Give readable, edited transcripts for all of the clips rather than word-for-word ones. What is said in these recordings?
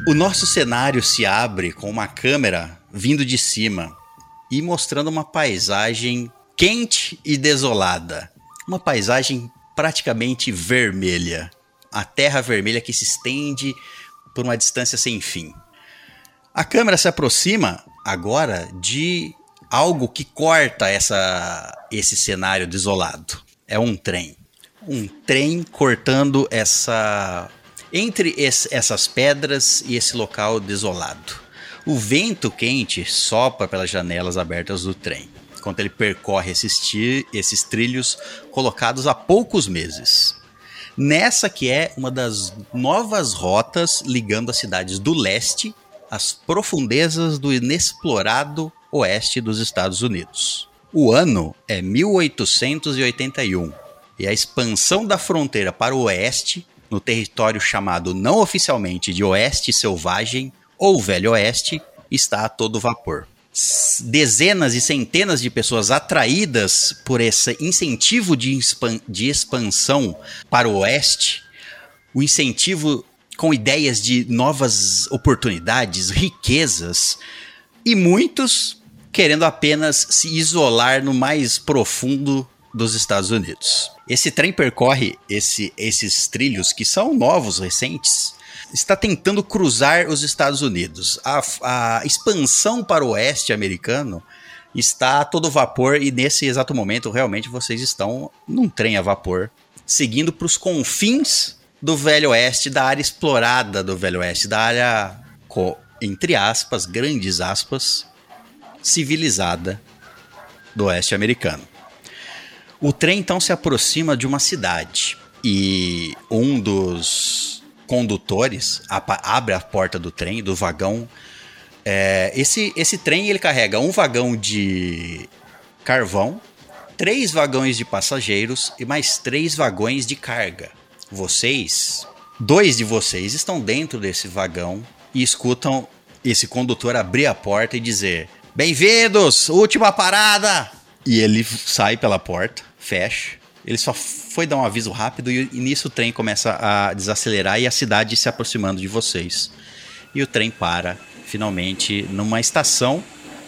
O nosso cenário se abre com uma câmera vindo de cima e mostrando uma paisagem quente e desolada. Uma paisagem praticamente vermelha. A terra vermelha que se estende por uma distância sem fim. A câmera se aproxima agora de algo que corta esse cenário desolado. É um trem. Um trem cortando entre essas pedras e esse local desolado. O vento quente sopra pelas janelas abertas do trem, enquanto ele percorre esses trilhos colocados há poucos meses. Nessa que é uma das novas rotas ligando as cidades do leste às profundezas do inexplorado oeste dos Estados Unidos. O ano é 1881 e a expansão da fronteira para o oeste, no território chamado não oficialmente de Oeste Selvagem ou Velho Oeste, está a todo vapor. Dezenas e centenas de pessoas atraídas por esse incentivo de expansão para o oeste, o incentivo com ideias de novas oportunidades, riquezas, e muitos querendo apenas se isolar no mais profundo dos Estados Unidos. Esse trem percorre esses trilhos que são novos, recentes, está tentando cruzar os Estados Unidos. A expansão para o oeste americano está a todo vapor e nesse exato momento realmente vocês estão num trem a vapor, seguindo para os confins do Velho Oeste, da área explorada do Velho Oeste, da área, entre aspas, grandes aspas, civilizada do oeste americano. O trem então se aproxima de uma cidade e um dos condutores abre a porta do trem, do vagão. Esse trem ele carrega um vagão de carvão, 3 vagões de passageiros e mais 3 vagões de carga. 2 de vocês estão dentro desse vagão e escutam esse condutor abrir a porta e dizer: "Bem-vindos, última parada!" E ele sai pela porta, fecha. Ele só foi dar um aviso rápido e nisso o trem começa a desacelerar e a cidade se aproximando de vocês. E o trem para, finalmente, numa estação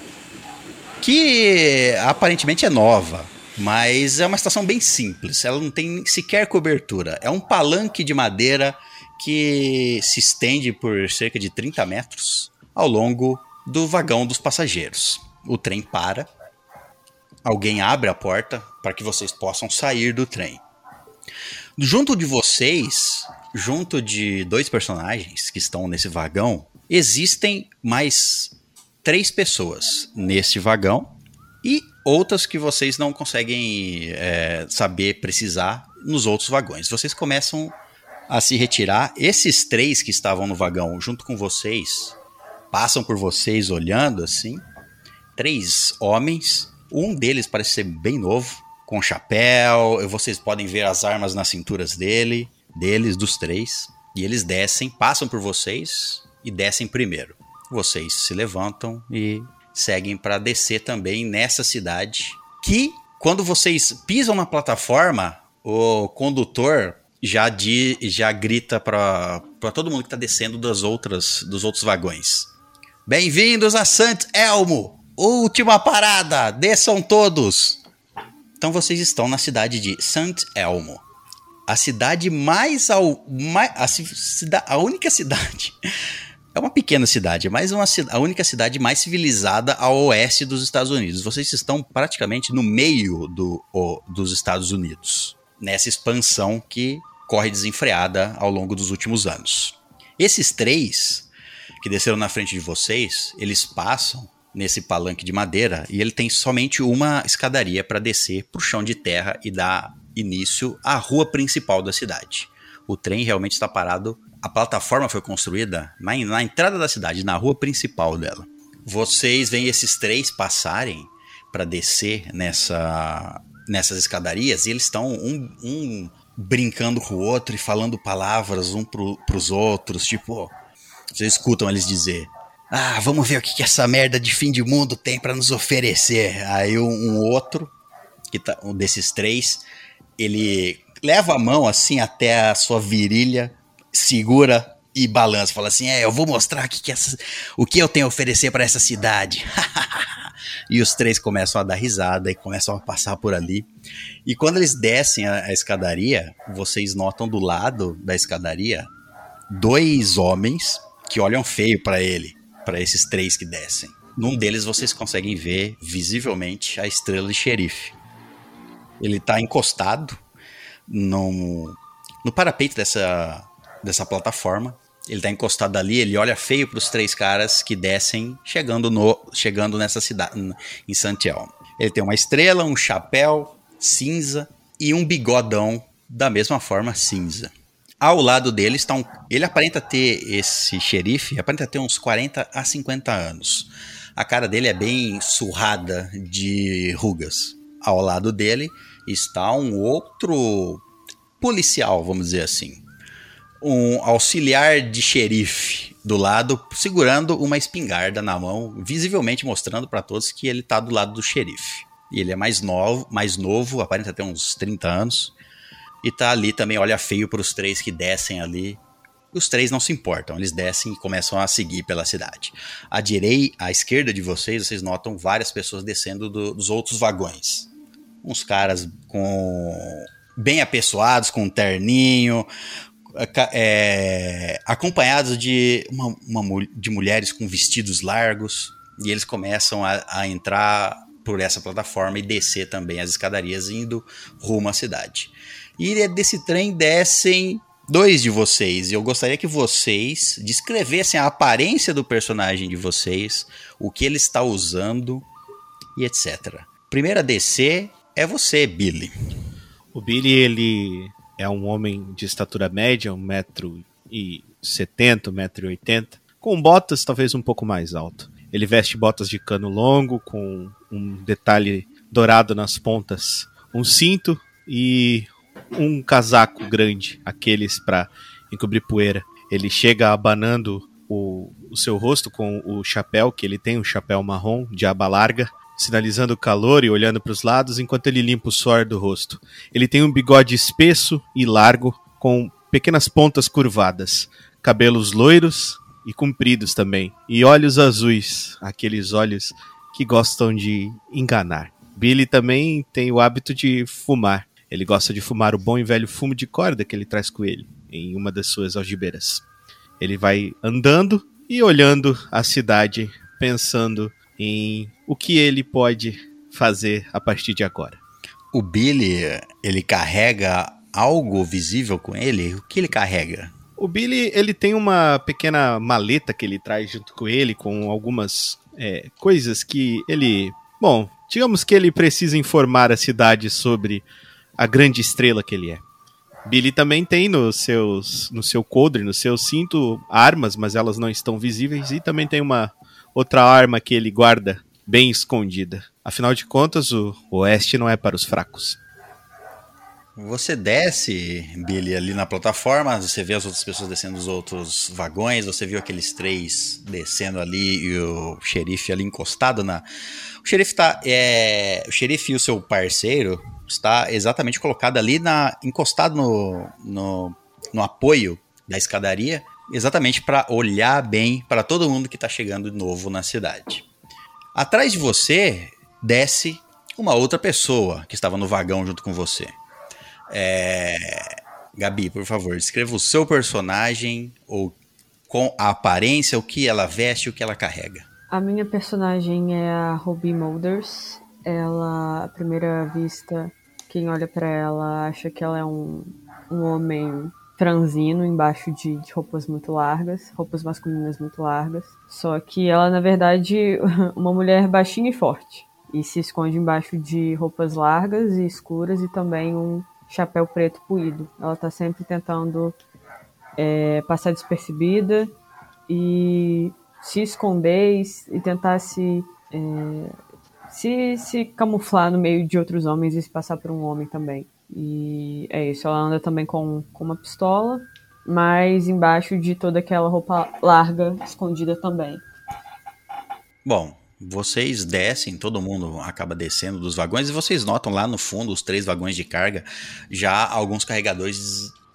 que aparentemente é nova, mas é uma estação bem simples. Ela não tem sequer cobertura. É um palanque de madeira que se estende por cerca de 30 metros ao longo do vagão dos passageiros. O trem para. Alguém abre a porta para que vocês possam sair do trem. Junto de vocês, junto de 2 personagens que estão nesse vagão, existem mais 3 pessoas nesse vagão e outras que vocês não conseguem precisar nos outros vagões. Vocês começam a se retirar. Esses 3 que estavam no vagão junto com vocês passam por vocês olhando assim. 3 homens. Um deles parece ser bem novo, com chapéu. Vocês podem ver as armas nas cinturas dos 3. E eles descem, passam por vocês e descem primeiro. Vocês se levantam e seguem para descer também nessa cidade. Que, quando vocês pisam na plataforma, o condutor já grita para todo mundo que está descendo dos outros vagões: "Bem-vindos a Sant Elmo! Última parada! Desçam todos!" Então vocês estão na cidade de Sant Elmo. A cidade a única cidade... É uma pequena cidade, mas a única cidade mais civilizada ao oeste dos Estados Unidos. Vocês estão praticamente no meio dos Estados Unidos, nessa expansão que corre desenfreada ao longo dos últimos anos. Esses 3 que desceram na frente de vocês, eles passam nesse palanque de madeira e ele tem somente uma escadaria para descer para o chão de terra e dar início à rua principal da cidade. O trem realmente está parado. A plataforma foi construída na entrada da cidade, na rua principal dela. Vocês veem esses 3 passarem para descer nessas escadarias e eles estão um brincando com o outro e falando palavras um para os outros. Tipo, vocês escutam eles dizer: "Ah, vamos ver o que essa merda de fim de mundo tem para nos oferecer." Aí um outro, um desses 3, ele leva a mão assim até a sua virilha, segura e balança, fala assim, eu vou mostrar o que eu tenho a oferecer para essa cidade. E os três começam a dar risada e começam a passar por ali. E quando eles descem a escadaria, vocês notam do lado da escadaria 2 homens que olham feio para esses 3 que descem. Num deles vocês conseguem ver visivelmente a estrela de xerife. Ele tá encostado no parapeito dessa plataforma. Ele tá encostado ali, ele olha feio pros 3 caras que descem chegando nessa cidade, em Santiago. Ele tem uma estrela, um chapéu cinza e um bigodão da mesma forma cinza. Ao lado dele está ele aparenta ter, esse xerife, aparenta ter uns 40 a 50 anos. A cara dele é bem surrada de rugas. Ao lado dele está um outro policial, vamos dizer assim. Um auxiliar de xerife do lado, segurando uma espingarda na mão, visivelmente mostrando para todos que ele está do lado do xerife. E ele é mais novo, aparenta ter uns 30 anos, e tá ali também, olha feio para os 3 que descem ali. Os 3 não se importam, eles descem e começam a seguir pela cidade. À esquerda de vocês notam várias pessoas descendo dos outros vagões. Uns caras bem apessoados, com um terninho, acompanhados de mulheres com vestidos largos, e eles começam a entrar por essa plataforma e descer também as escadarias, indo rumo à cidade. E desse trem descem 2 de vocês, e eu gostaria que vocês descrevessem a aparência do personagem de vocês, o que ele está usando e etc. Primeiro a descer é você, Billy. O Billy, ele é um homem de estatura média, 1,70 m, 1,80 m, com botas talvez um pouco mais alto. Ele veste botas de cano longo, com um detalhe dourado nas pontas, um cinto e um casaco grande, aqueles para encobrir poeira. Ele chega abanando o seu rosto com o chapéu, que ele tem um chapéu marrom de aba larga, sinalizando o calor e olhando para os lados enquanto ele limpa o suor do rosto. Ele tem um bigode espesso e largo, com pequenas pontas curvadas, cabelos loiros e compridos também, e olhos azuis, aqueles olhos que gostam de enganar. Billy também tem o hábito de fumar. Ele gosta de fumar o bom e velho fumo de corda que ele traz com ele, em uma das suas algibeiras. Ele vai andando e olhando a cidade, pensando em o que ele pode fazer a partir de agora. O Billy, ele carrega algo visível com ele? O que ele carrega? O Billy, ele tem uma pequena maleta que ele traz junto com ele, com algumas coisas que ele... Bom, digamos que ele precisa informar a cidade sobre a grande estrela que ele é. Billy também tem no seu coldre, no seu cinto, armas, mas elas não estão visíveis, e também tem uma outra arma que ele guarda bem escondida. Afinal de contas, o oeste não é para os fracos. Você desce, Billy, ali na plataforma, você vê as outras pessoas descendo dos outros vagões, você viu aqueles 3 descendo ali e o xerife ali encostado na... O xerife e o seu parceiro está exatamente colocado ali, encostado no apoio da escadaria, exatamente para olhar bem para todo mundo que está chegando de novo na cidade. Atrás de você desce uma outra pessoa que estava no vagão junto com você. Gabi, por favor, descreva o seu personagem, ou com a aparência, o que ela veste, o que ela carrega. A minha personagem é a Ruby Molders. Ela, à primeira vista, quem olha pra ela acha que ela é um homem franzino embaixo de roupas muito largas, roupas masculinas muito largas. Só que ela, na verdade, uma mulher baixinha e forte. E se esconde embaixo de roupas largas e escuras e também um chapéu preto puído. Ela tá sempre tentando passar despercebida e se esconder e tentar se camuflar no meio de outros homens e se passar por um homem também. E é isso, ela anda também com uma pistola, mas embaixo de toda aquela roupa larga, escondida também. Bom, vocês descem, todo mundo acaba descendo dos vagões, e vocês notam lá no fundo, os 3 vagões de carga, já alguns carregadores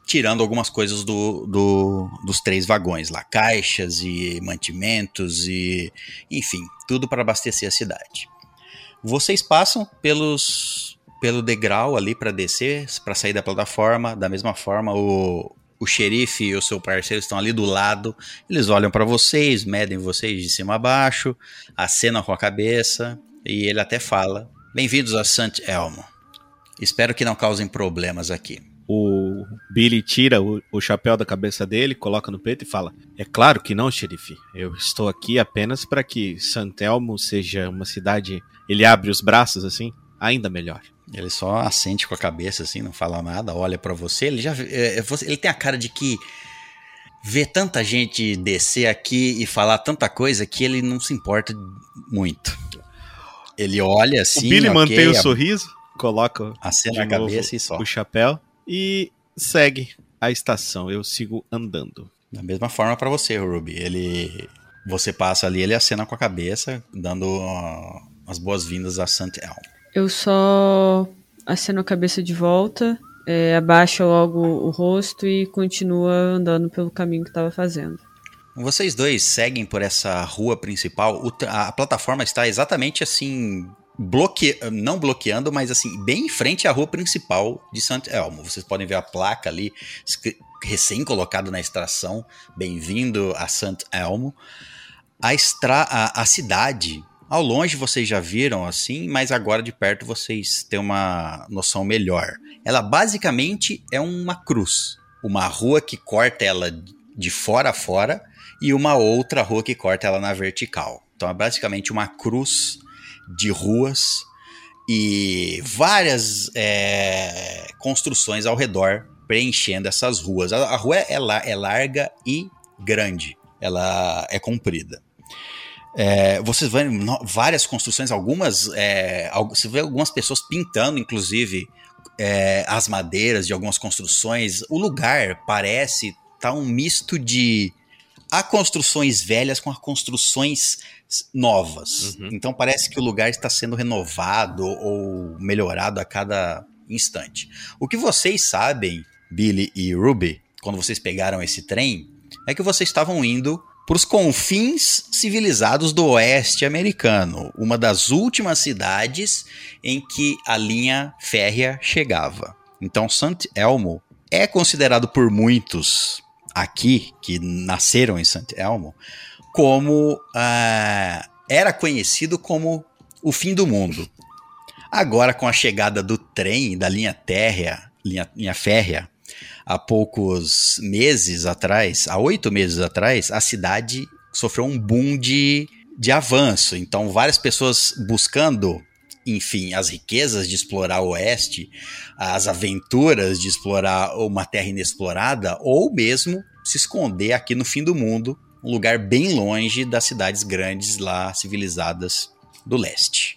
tirando algumas coisas dos 3 vagões lá, caixas e mantimentos e, enfim, tudo para abastecer a cidade. Vocês passam pelo degrau ali para descer, para sair da plataforma. Da mesma forma, o xerife e o seu parceiro estão ali do lado. Eles olham para vocês, medem vocês de cima a baixo, acenam com a cabeça e ele até fala: bem-vindos a St. Elmo. Espero que não causem problemas aqui. O Billy tira o chapéu da cabeça dele, coloca no peito e fala: é claro que não, xerife. Eu estou aqui apenas para que St. Elmo seja uma cidade... Ele abre os braços assim, ainda melhor. Ele só assente com a cabeça assim, não fala nada, olha pra você. Ele tem a cara de que vê tanta gente descer aqui e falar tanta coisa que ele não se importa muito. Ele olha assim... O Billy mantém o sorriso, coloca acena a cabeça e só o chapéu e segue a estação. Eu sigo andando. Da mesma forma pra você, Ruby. Você passa ali, ele acena com a cabeça, dando as boas-vindas a St. Elmo. Eu só aceno a cabeça de volta, abaixo logo o rosto e continuo andando pelo caminho que estava fazendo. Vocês dois seguem por essa rua principal. A plataforma está exatamente assim, não bloqueando, mas assim, bem em frente à rua principal de St. Elmo. Vocês podem ver a placa ali, recém-colocada na extração, bem-vindo a St. Elmo. A cidade, ao longe vocês já viram assim, mas agora de perto vocês têm uma noção melhor. Ela basicamente é uma cruz, uma rua que corta ela de fora a fora e uma outra rua que corta ela na vertical. Então é basicamente uma cruz de ruas e várias construções ao redor preenchendo essas ruas. A rua é larga e grande, ela é comprida. Vocês veem várias construções, você vê algumas pessoas pintando, inclusive, as madeiras de algumas construções. O lugar parece estar um misto de construções velhas com construções novas. Uhum. Então parece que o lugar está sendo renovado ou melhorado a cada instante. O que vocês sabem, Billy e Ruby, quando vocês pegaram esse trem, é que vocês estavam indo para os confins civilizados do oeste americano, uma das últimas cidades em que a linha férrea chegava. Então, St. Elmo é considerado por muitos aqui, que nasceram em St. Elmo, como era conhecido como o fim do mundo. Agora, com a chegada do trem, da linha férrea, há poucos meses atrás, há 8 meses atrás, a cidade sofreu um boom de avanço. Então, várias pessoas buscando, enfim, as riquezas de explorar o oeste, as aventuras de explorar uma terra inexplorada, ou mesmo se esconder aqui no fim do mundo, um lugar bem longe das cidades grandes lá, civilizadas do leste.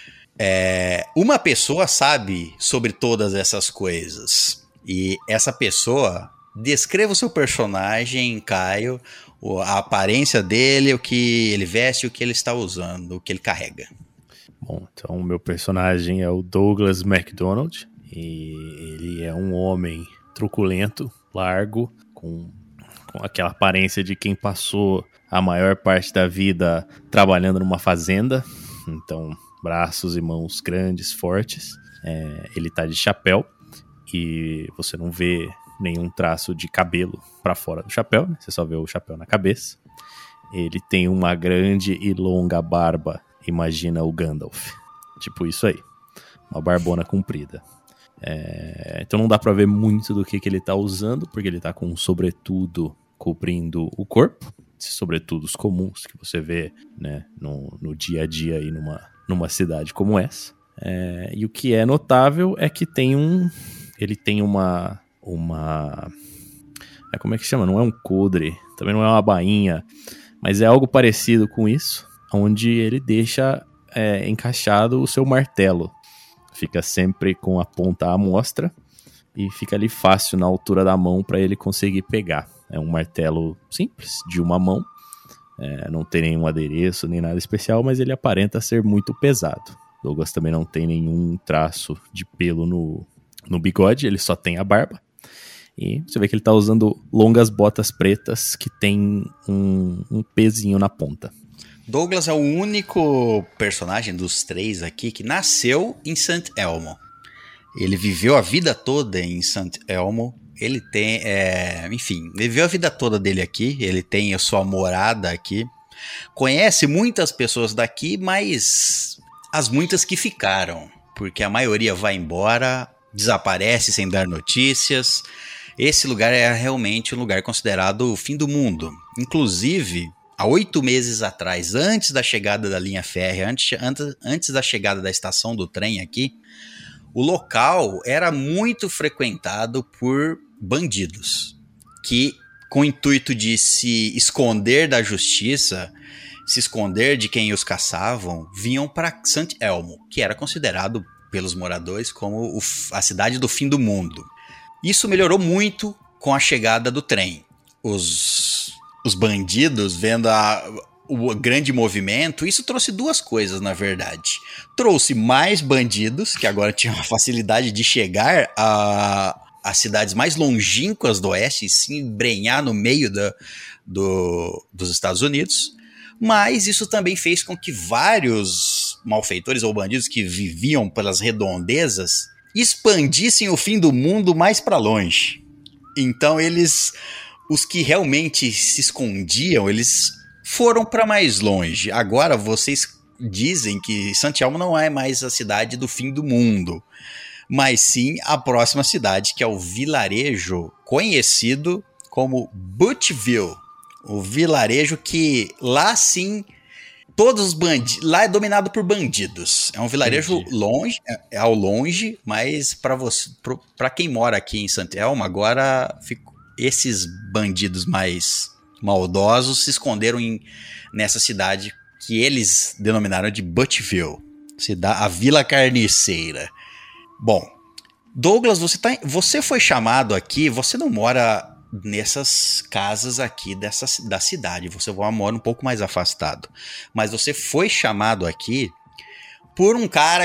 Uma pessoa sabe sobre todas essas coisas. E essa pessoa, descreva o seu personagem, Caio, a aparência dele, o que ele veste, o que ele está usando, o que ele carrega. Bom, então o meu personagem é o Douglas MacDonald, e ele é um homem truculento, largo, com aquela aparência de quem passou a maior parte da vida trabalhando numa fazenda. Então, braços e mãos grandes, fortes. Ele tá de chapéu. E você não vê nenhum traço de cabelo para fora do chapéu, né? Você só vê o chapéu na cabeça. Ele tem uma grande e longa barba. Imagina o Gandalf. Tipo isso aí. Uma barbona comprida. Então não dá para ver muito do que ele tá usando, porque ele tá com um sobretudo cobrindo o corpo. Esses sobretudos comuns que você vê, né, no dia a dia aí numa cidade como essa. E o que é notável é que ele tem uma como é que chama? Não é um coldre, também não é uma bainha, mas é algo parecido com isso, onde ele deixa encaixado o seu martelo. Fica sempre com a ponta à mostra e fica ali fácil na altura da mão para ele conseguir pegar. É um martelo simples, de uma mão, não tem nenhum adereço nem nada especial, mas ele aparenta ser muito pesado. Douglas também não tem nenhum traço de pelo no bigode, ele só tem a barba. E você vê que ele tá usando longas botas pretas que tem um pezinho na ponta. Douglas é o único personagem dos 3 aqui que nasceu em St. Elmo. Ele viveu a vida toda em St. Elmo. Ele tem, enfim, ele viveu a vida toda dele aqui. Ele tem a sua morada aqui. Conhece muitas pessoas daqui, mas as muitas que ficaram. Porque a maioria vai embora, desaparece sem dar notícias. Esse lugar é realmente um lugar considerado o fim do mundo. Inclusive, há 8 meses atrás, antes da chegada da linha férrea, antes da chegada da estação do trem aqui, o local era muito frequentado por bandidos, que com o intuito de se esconder da justiça, se esconder de quem os caçavam, vinham para St. Elmo, que era considerado pelos moradores como a cidade do fim do mundo. Isso melhorou muito com a chegada do trem. Os bandidos, vendo o grande movimento, isso trouxe 2 coisas, na verdade. Trouxe mais bandidos, que agora tinham a facilidade de chegar às cidades mais longínquas do oeste e se embrenhar no meio dos Estados Unidos. Mas isso também fez com que vários malfeitores ou bandidos que viviam pelas redondezas expandissem o fim do mundo mais para longe. Então os que realmente se escondiam, eles foram para mais longe. Agora vocês dizem que St. Elmo não é mais a cidade do fim do mundo, mas sim a próxima cidade, que é o vilarejo conhecido como Butchville. O vilarejo que lá sim, todos os bandidos, lá é dominado por bandidos. É um vilarejo longe, ao longe, mas para quem mora aqui em St. Elmo, agora esses bandidos mais maldosos se esconderam nessa cidade que eles denominaram de Butchville, a Vila Carniceira. Bom, Douglas, você foi chamado aqui, você não mora nessas casas aqui da cidade, você mora um pouco mais afastado, mas você foi chamado aqui por um cara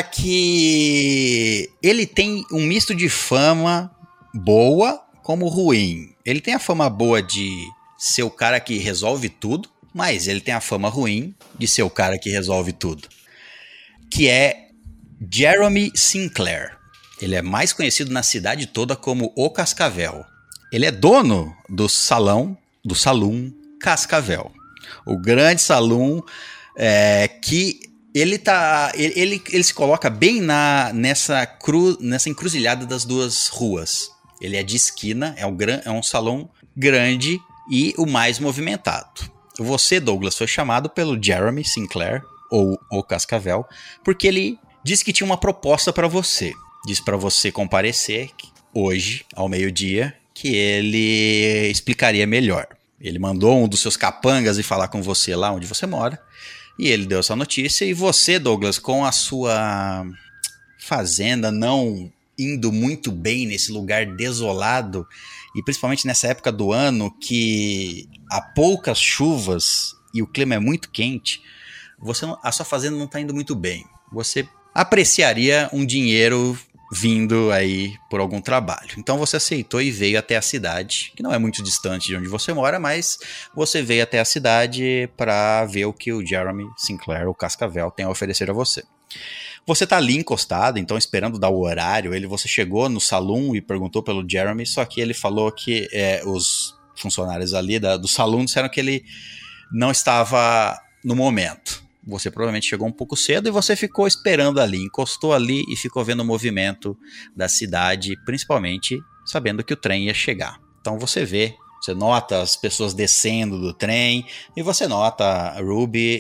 que ele tem um misto de fama boa como ruim. Ele tem a fama boa de ser o cara que resolve tudo, mas ele tem a fama ruim de ser o cara que resolve tudo, que é Jeremy Sinclair. Ele é mais conhecido na cidade toda como o Cascavel. Ele é dono do Saloon Cascavel, o grande salão que ele se coloca bem nessa encruzilhada das 2 ruas. Ele é de esquina, é um salão grande e o mais movimentado. Você, Douglas, foi chamado pelo Jeremy Sinclair, ou o Cascavel, porque ele disse que tinha uma proposta para você. Disse para você comparecer hoje, ao meio-dia, que ele explicaria melhor. Ele mandou um dos seus capangas ir falar com você lá onde você mora, e ele deu essa notícia, e você, Douglas, com a sua fazenda não indo muito bem nesse lugar desolado, e principalmente nessa época do ano que há poucas chuvas e o clima é muito quente, a sua fazenda não está indo muito bem. Você apreciaria um dinheiro vindo aí por algum trabalho. Então você aceitou e veio até a cidade, que não é muito distante de onde você mora, mas você veio até a cidade para ver o que o Jeremy Sinclair, o Cascavel, tem a oferecer a você. Você tá ali encostado, então esperando dar o horário, você chegou no salão e perguntou pelo Jeremy, só que ele falou que os funcionários ali do salão disseram que ele não estava no momento. Você provavelmente chegou um pouco cedo e você ficou esperando ali, encostou ali e ficou vendo o movimento da cidade, principalmente sabendo que o trem ia chegar. Então você nota as pessoas descendo do trem e você nota a Ruby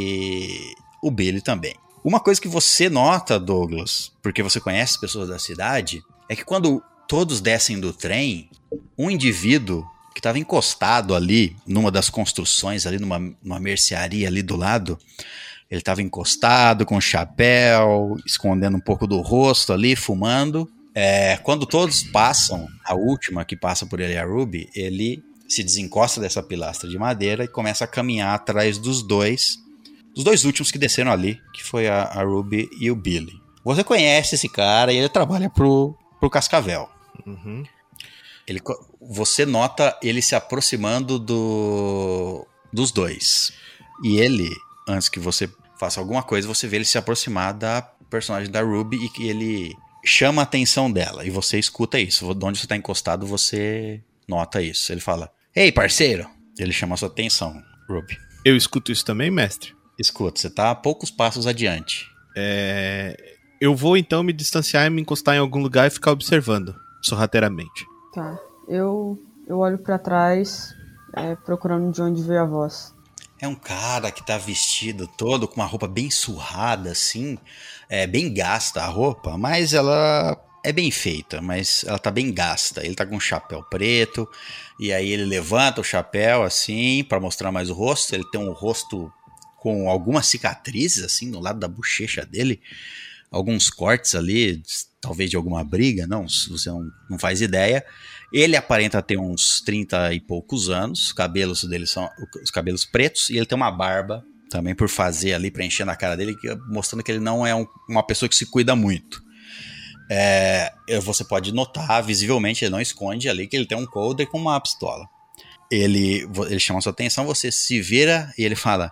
e o Billy também. Uma coisa que você nota, Douglas, porque você conhece as pessoas da cidade, é que quando todos descem do trem, um indivíduo que estava encostado ali numa das construções, ali numa mercearia ali do lado, ele estava encostado com o chapéu, escondendo um pouco do rosto ali, fumando. Quando todos passam, a última que passa por ele é a Ruby, ele se desencosta dessa pilastra de madeira e começa a caminhar atrás dos dois últimos que desceram ali, que foi a Ruby e o Billy. Você conhece esse cara e ele trabalha pro Cascavel. Uhum. Você nota ele se aproximando dos dois. E ele, antes que você faça alguma coisa, você vê ele se aproximar da personagem da Ruby e que ele chama a atenção dela. E você escuta isso. De onde você tá encostado, você nota isso. Ele fala, ei, parceiro. Ele chama a sua atenção, Ruby. Eu escuto isso também, mestre? Escuta, você tá a poucos passos adiante. Eu vou então me distanciar e me encostar em algum lugar e ficar observando, sorrateiramente. Tá. Eu olho pra trás, procurando de onde veio a voz. É um cara que tá vestido todo com uma roupa bem surrada, assim. Bem gasta a roupa, mas ela é bem feita, mas ela tá bem gasta. Ele tá com um chapéu preto, e aí ele levanta o chapéu, assim, pra mostrar mais o rosto. Ele tem um rosto com algumas cicatrizes, assim, no lado da bochecha dele. Alguns cortes ali, talvez de alguma briga, não, você não faz ideia. Ele aparenta ter uns 30 e poucos anos, os cabelos dele são os cabelos pretos, e ele tem uma barba também por fazer ali, preenchendo a cara dele, mostrando que ele não é uma pessoa que se cuida muito. Você pode notar, visivelmente, ele não esconde ali que ele tem um coldre com uma pistola. Ele chama a sua atenção, você se vira e ele fala...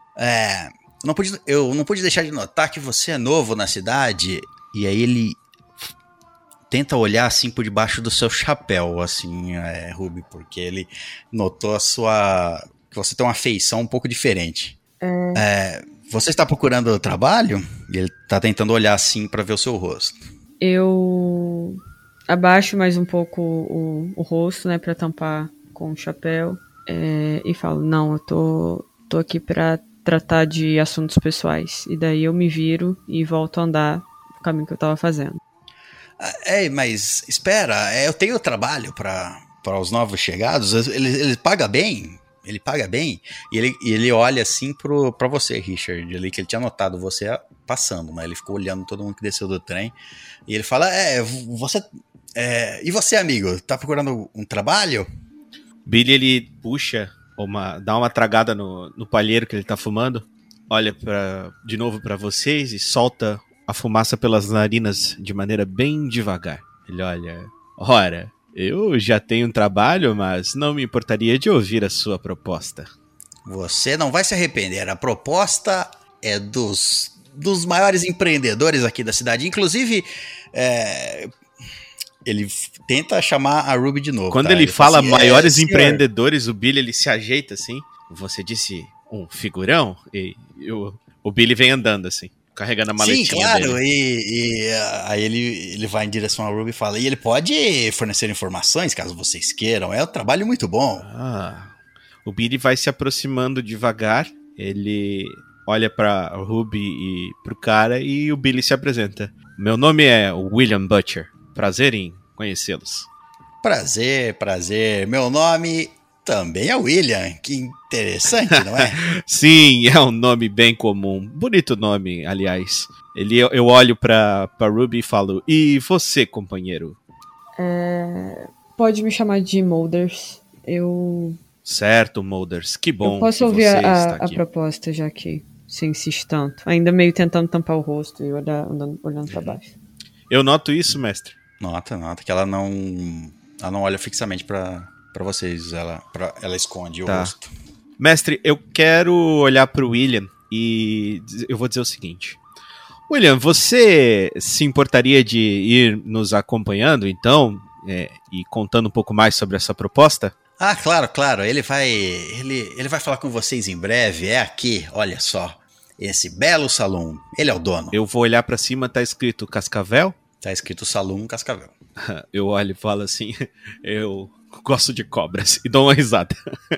Eu não pude deixar de notar que você é novo na cidade. E aí ele tenta olhar assim por debaixo do seu chapéu, assim, Ruby, porque ele notou que você tem uma feição um pouco diferente. Você está procurando trabalho? E ele tá tentando olhar assim pra ver o seu rosto. Eu abaixo mais um pouco o rosto, né, pra tampar com o chapéu, e falo, não, eu tô aqui pra tratar de assuntos pessoais. E daí eu me viro e volto a andar o caminho que eu tava fazendo. Mas espera, eu tenho trabalho para os novos chegados. Ele paga bem. Ele paga bem. E ele olha assim pra você, Richard, ali, que ele tinha notado você passando, mas ele ficou olhando todo mundo que desceu do trem. E ele fala, você... e você, amigo, tá procurando um trabalho? Billy, ele puxa... dá uma tragada no palheiro que ele tá fumando, olha de novo pra vocês e solta a fumaça pelas narinas de maneira bem devagar. Ele olha, ora, eu já tenho um trabalho, mas não me importaria de ouvir a sua proposta. Você não vai se arrepender, a proposta é dos maiores empreendedores aqui da cidade, inclusive... Ele tenta chamar a Ruby de novo. Quando ele fala assim, maiores empreendedores, o Billy ele se ajeita assim. Você disse um figurão? E o Billy vem andando assim, carregando a maletinha. Sim, claro. Dele. E aí ele vai em direção à Ruby e fala, e ele pode fornecer informações caso vocês queiram. É um trabalho muito bom. O Billy vai se aproximando devagar. Ele olha pra Ruby e pro cara e o Billy se apresenta. Meu nome é William Butcher. Prazer em conhecê-los. Prazer. Meu nome também é William. Que interessante, não é? Sim, é um nome bem comum. Bonito nome, aliás. Eu olho pra Ruby e falo, e você, companheiro? Pode me chamar de Molders. Certo, Molders. Que bom. Eu posso ouvir a proposta, já que você insiste tanto. Ainda meio tentando tampar o rosto e olhando pra baixo. Eu noto isso, mestre. Nota que ela não olha fixamente pra vocês, ela esconde o rosto. Mestre, eu quero olhar pro William e eu vou dizer o seguinte. William, você se importaria de ir nos acompanhando, então, e contando um pouco mais sobre essa proposta? Ah, claro, ele vai falar com vocês em breve, é aqui, olha só, esse belo salão, ele é o dono. Eu vou olhar pra cima, tá escrito Cascavel? Tá escrito Salão Cascavel. Eu olho e falo assim, eu gosto de cobras, e dou uma risada.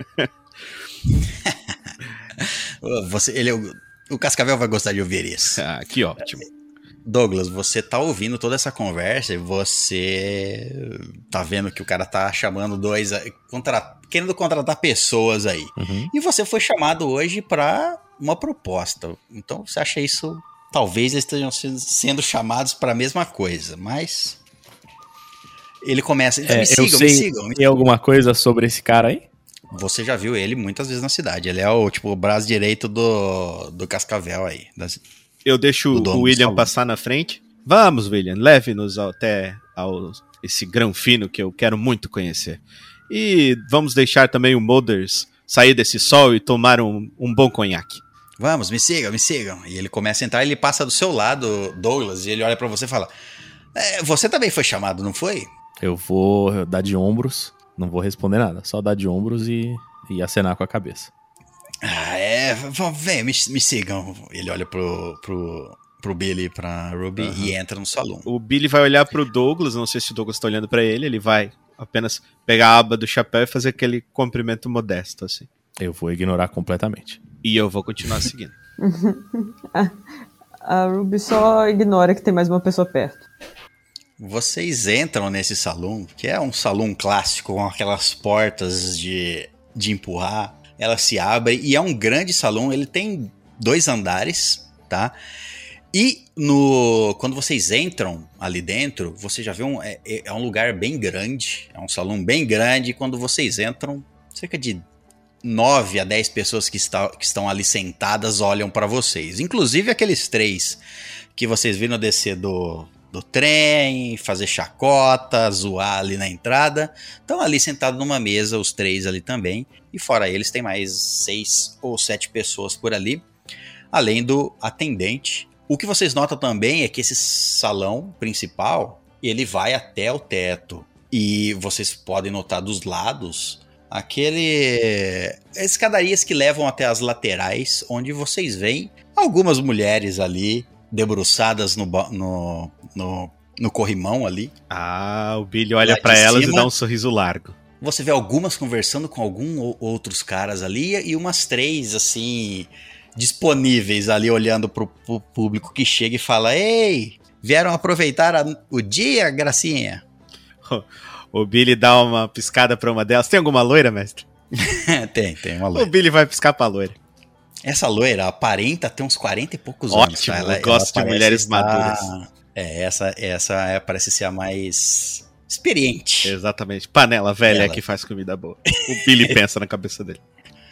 O Cascavel vai gostar de ouvir isso. Que ótimo. Douglas, você tá ouvindo toda essa conversa e você tá vendo que o cara tá chamando querendo contratar pessoas aí. Uhum. E você foi chamado hoje pra uma proposta. Então você acha isso... Talvez eles estejam sendo chamados para a mesma coisa, mas... Ele começa... Me sigam. Tem alguma coisa sobre esse cara aí? Você já viu ele muitas vezes na cidade. Ele é o braço direito do Cascavel aí. Eu deixo o William passar na frente. Vamos, William, leve-nos até esse grão fino que eu quero muito conhecer. E vamos deixar também o Molders sair desse sol e tomar um bom conhaque. Vamos, me sigam, me sigam. E ele começa a entrar, ele passa do seu lado, Douglas, e ele olha pra você e fala: você também foi chamado, não foi? Eu vou dar de ombros, não vou responder nada, só dar de ombros e acenar com a cabeça. Vem, me sigam. Ele olha pro Billy e pra Ruby e entra no salão. O Billy vai olhar pro Douglas, não sei se o Douglas tá olhando pra ele vai apenas pegar a aba do chapéu e fazer aquele cumprimento modesto, assim. Eu vou ignorar completamente. E eu vou continuar seguindo. A Ruby só ignora que tem mais uma pessoa perto. Vocês entram nesse salão, que é um salão clássico, com aquelas portas de empurrar. Ela se abre e é um grande salão, ele tem 2 andares, tá? E quando vocês entram ali dentro, você já vê é um lugar bem grande, é um salão bem grande, e quando vocês entram, cerca de 9 a 10 pessoas que estão ali sentadas olham para vocês. Inclusive aqueles 3 que vocês viram descer do trem, fazer chacota, zoar ali na entrada. Estão ali sentados numa mesa, os 3 ali também. E fora eles tem mais 6 ou 7 pessoas por ali, além do atendente. O que vocês notam também é que esse salão principal, ele vai até o teto. E vocês podem notar dos lados escadarias que levam até as laterais, onde vocês veem algumas mulheres ali debruçadas no corrimão ali. O Billy olha pra elas e dá um sorriso largo. Você vê algumas conversando com outros caras ali e umas 3 assim disponíveis ali olhando pro público que chega e fala: "Ei, vieram aproveitar o dia, gracinha?" O Billy dá uma piscada pra uma delas. Tem alguma loira, mestre? Tem uma loira. O Billy vai piscar pra loira. Essa loira aparenta ter uns 40 e poucos anos. Ótimo, tá? eu gosto de mulheres maduras. Essa parece ser a mais experiente. Exatamente. Panela velha que faz comida boa. O Billy pensa na cabeça dele.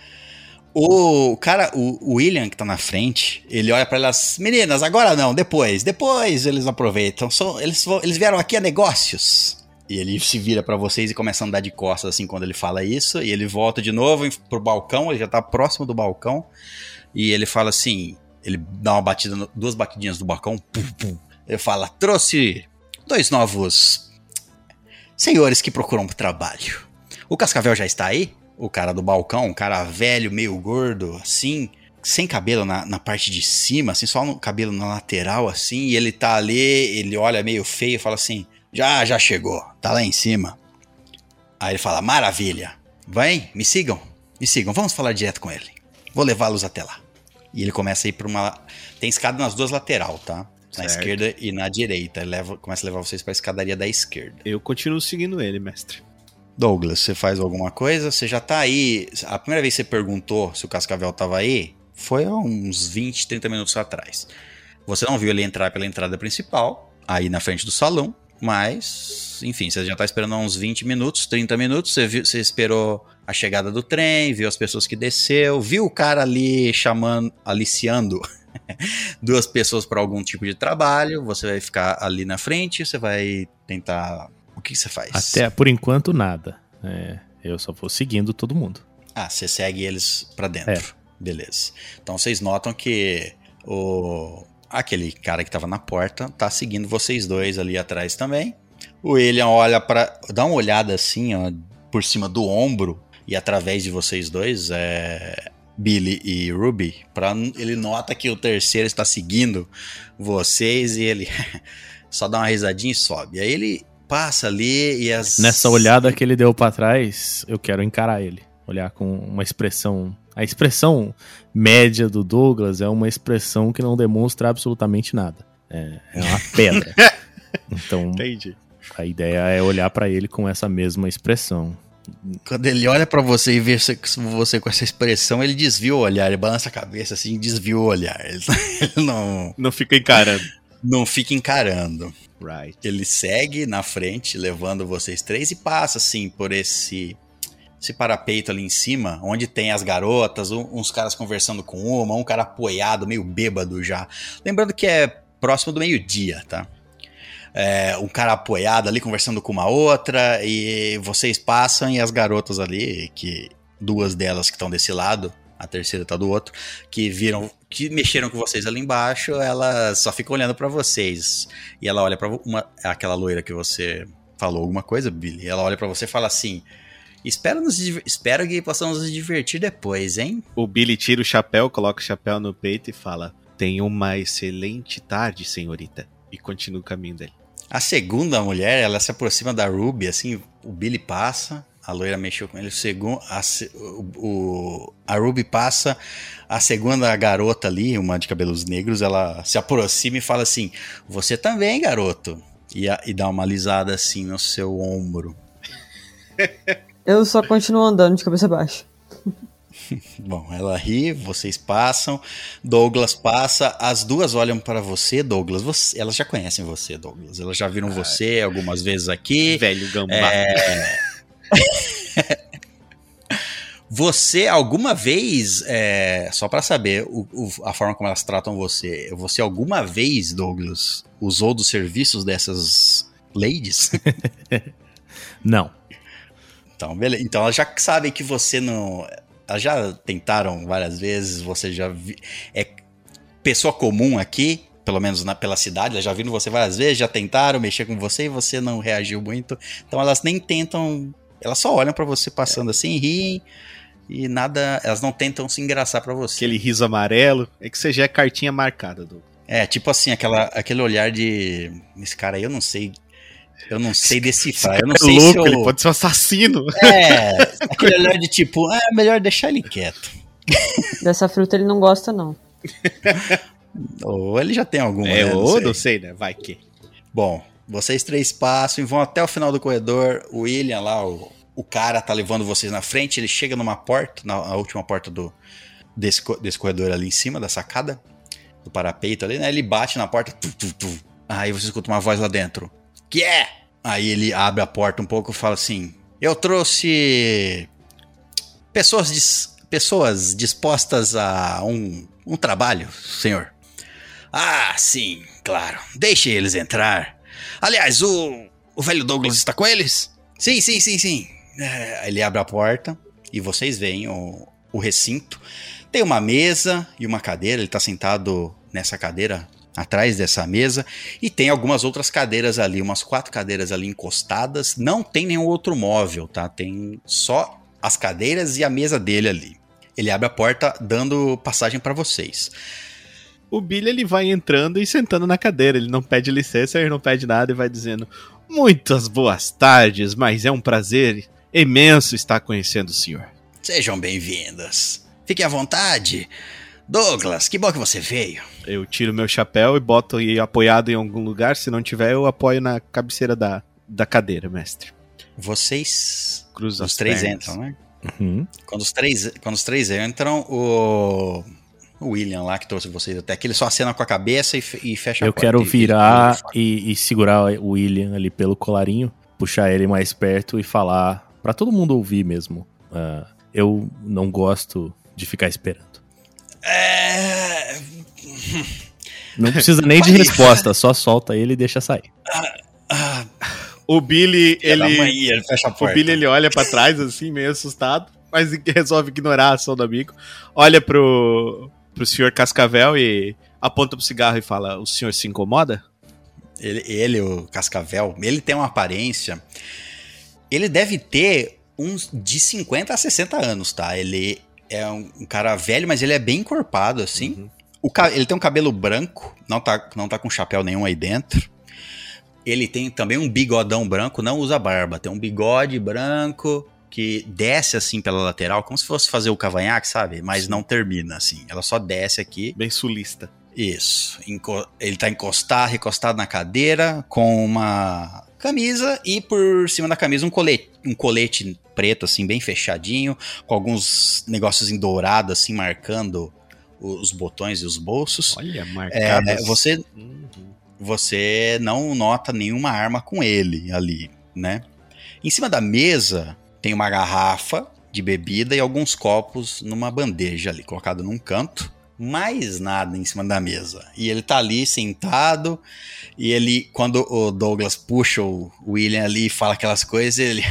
O cara, o William que tá na frente, ele olha pra elas: "Meninas, agora não, depois eles aproveitam. Eles vieram aqui a negócios." E ele se vira pra vocês e começa a andar de costas assim quando ele fala isso. E ele volta de novo pro balcão, ele já tá próximo do balcão. E ele fala assim, ele dá uma batida, 2 batidinhas do balcão. Pum, pum. Ele fala: "Trouxe 2 novos senhores que procuram trabalho. O Cascavel já está aí?" O cara do balcão, um cara velho, meio gordo, assim, sem cabelo na parte de cima, assim, só no cabelo na lateral, assim. E ele tá ali, ele olha meio feio e fala assim: Já chegou, tá lá em cima." Aí ele fala: "Maravilha, vem, me sigam, vamos falar direto com ele. Vou levá-los até lá." E ele começa a ir pra tem escada nas 2 laterais, tá? Na esquerda e na direita. Ele começa a levar vocês pra escadaria da esquerda. Eu continuo seguindo ele, mestre. Douglas, você faz alguma coisa? Você já tá aí. A primeira vez que você perguntou se o Cascavel tava aí foi há uns 20, 30 minutos atrás. Você não viu ele entrar pela entrada principal, aí na frente do salão. Mas, enfim, você já tá esperando há uns 20 minutos, 30 minutos. Você esperou a chegada do trem, viu as pessoas que desceu, viu o cara ali aliciando 2 pessoas para algum tipo de trabalho. Você vai ficar ali na frente, você vai tentar... O que você faz? Até por enquanto nada. Eu só vou seguindo todo mundo. Você segue eles pra dentro. Beleza. Então vocês notam que aquele cara que tava na porta tá seguindo vocês 2 ali atrás também. O William dá uma olhada assim, ó, por cima do ombro e através de vocês 2, Billy e Ruby, ele nota que o terceiro está seguindo vocês e ele só dá uma risadinha e sobe. Aí ele passa ali e Nessa olhada que ele deu pra trás, eu quero encarar ele. Olhar com uma expressão... A expressão média do Douglas é uma expressão que não demonstra absolutamente nada. É uma pedra. Então, entendi. A ideia é olhar pra ele com essa mesma expressão. Quando ele olha pra você e vê você com essa expressão, ele desvia o olhar, ele balança a cabeça assim, desvia o olhar. Ele não fica encarando. Não fica encarando. Right. Ele segue na frente, levando vocês 3 e passa assim por esse parapeito ali em cima, onde tem as garotas, uns caras conversando com um cara apoiado, meio bêbado já. Lembrando que é próximo do meio-dia, tá? um cara apoiado ali, conversando com uma outra, e vocês passam e as garotas ali, que 2 delas que estão desse lado, a terceira tá do outro, que mexeram com vocês ali embaixo, ela só fica olhando pra vocês. E ela olha pra aquela loira que você falou alguma coisa, Billy, ela olha pra você e fala assim: espero que possamos nos divertir depois, hein? O Billy tira o chapéu, coloca o chapéu no peito e fala: tenha uma excelente tarde, senhorita. E continua o caminho dele. A segunda mulher, ela se aproxima da Ruby, assim, o Billy passa, a loira mexeu com ele, a Ruby passa, a segunda garota ali, uma de cabelos negros, ela se aproxima e fala assim: você também, garoto. E dá uma alisada assim no seu ombro. Eu só continuo andando de cabeça baixa. Bom, ela ri, vocês passam, Douglas passa, as duas olham para você, Douglas, elas já conhecem você, Douglas, elas já viram você algumas vezes aqui. Velho gambá. Você alguma vez, só para saber a forma como elas tratam você alguma vez, Douglas, usou dos serviços dessas ladies? Não. Então, beleza. Então elas já sabem que você não... Elas já tentaram várias vezes, você já é pessoa comum aqui, pelo menos pela cidade, elas já viram você várias vezes, já tentaram mexer com você e você não reagiu muito. Então elas nem tentam, elas só olham pra você passando assim, riem e nada, elas não tentam se engraçar pra você. Aquele riso amarelo, é que você já é cartinha marcada, Douglas. Tipo assim, aquele olhar de... Esse cara aí eu não sei decifrar. Eu não sei louco, se eu... ele pode ser um assassino. Aquele olhar de tipo, melhor deixar ele quieto. Dessa fruta ele não gosta, não. Ou ele já tem alguma, né? Não sei, né? Vai que. Bom, vocês 3 passam e vão até o final do corredor. O William lá, o cara tá levando vocês na frente. Ele chega numa porta, na última porta desse corredor ali em cima, da sacada, do parapeito ali, né? Ele bate na porta. Aí você escuta uma voz lá dentro. Que é? Aí ele abre a porta um pouco e fala assim: eu trouxe pessoas dispostas a um trabalho, senhor. Ah, sim, claro. Deixe eles entrar. Aliás, o velho Douglas está com eles? Sim. Ele abre a porta e vocês veem o recinto. Tem uma mesa e uma cadeira. Ele está sentado nessa cadeira, atrás dessa mesa, e tem algumas outras cadeiras ali, umas 4 cadeiras ali encostadas. Não tem nenhum outro móvel, tá? Tem só as cadeiras e a mesa dele ali. Ele abre a porta dando passagem para vocês. O Billy, ele vai entrando e sentando na cadeira, ele não pede licença, ele não pede nada e vai dizendo: muitas boas tardes, mas é um prazer imenso estar conhecendo o senhor. Sejam bem-vindas. Fiquem à vontade. Douglas, que bom que você veio. Eu tiro meu chapéu e boto apoiado em algum lugar. Se não tiver, eu apoio na cabeceira da cadeira, mestre. Vocês... Cruzam os 3 entram, né? Uhum. Quando os três entram, o William lá, que trouxe vocês até aqui, ele só acena com a cabeça e fecha a Eu porta. quero virar e segurar o William ali pelo colarinho, puxar ele mais perto e falar pra todo mundo ouvir mesmo. Eu não gosto de ficar esperando. Não precisa nem de resposta, só solta ele e deixa sair. O Billy, ele fecha a porta. O Billy, ele olha pra trás assim, meio assustado, mas resolve ignorar a ação do amigo. Olha pro senhor Cascavel e aponta pro cigarro e fala: o senhor se incomoda? O Cascavel, ele tem uma aparência... Ele deve ter uns de 50 a 60 anos, tá? Ele é um cara velho, mas ele é bem encorpado, assim. Uhum. Ele tem um cabelo branco, não tá com chapéu nenhum aí dentro. Ele tem também um bigodão branco, não usa barba. Tem um bigode branco que desce assim pela lateral, como se fosse fazer o cavanhaque, sabe? Mas não termina, assim. Ela só desce aqui. Bem sulista. Isso. Ele tá recostado na cadeira com uma camisa e por cima da camisa um colete preto, assim, bem fechadinho, com alguns negócios em dourado, assim, marcando os botões e os bolsos. Olha, marcadas. Você não nota nenhuma arma com ele ali, né? Em cima da mesa tem uma garrafa de bebida e alguns copos numa bandeja ali, colocado num canto, mais nada em cima da mesa. E ele tá ali sentado, e ele, quando o Douglas puxa o William ali e fala aquelas coisas, ele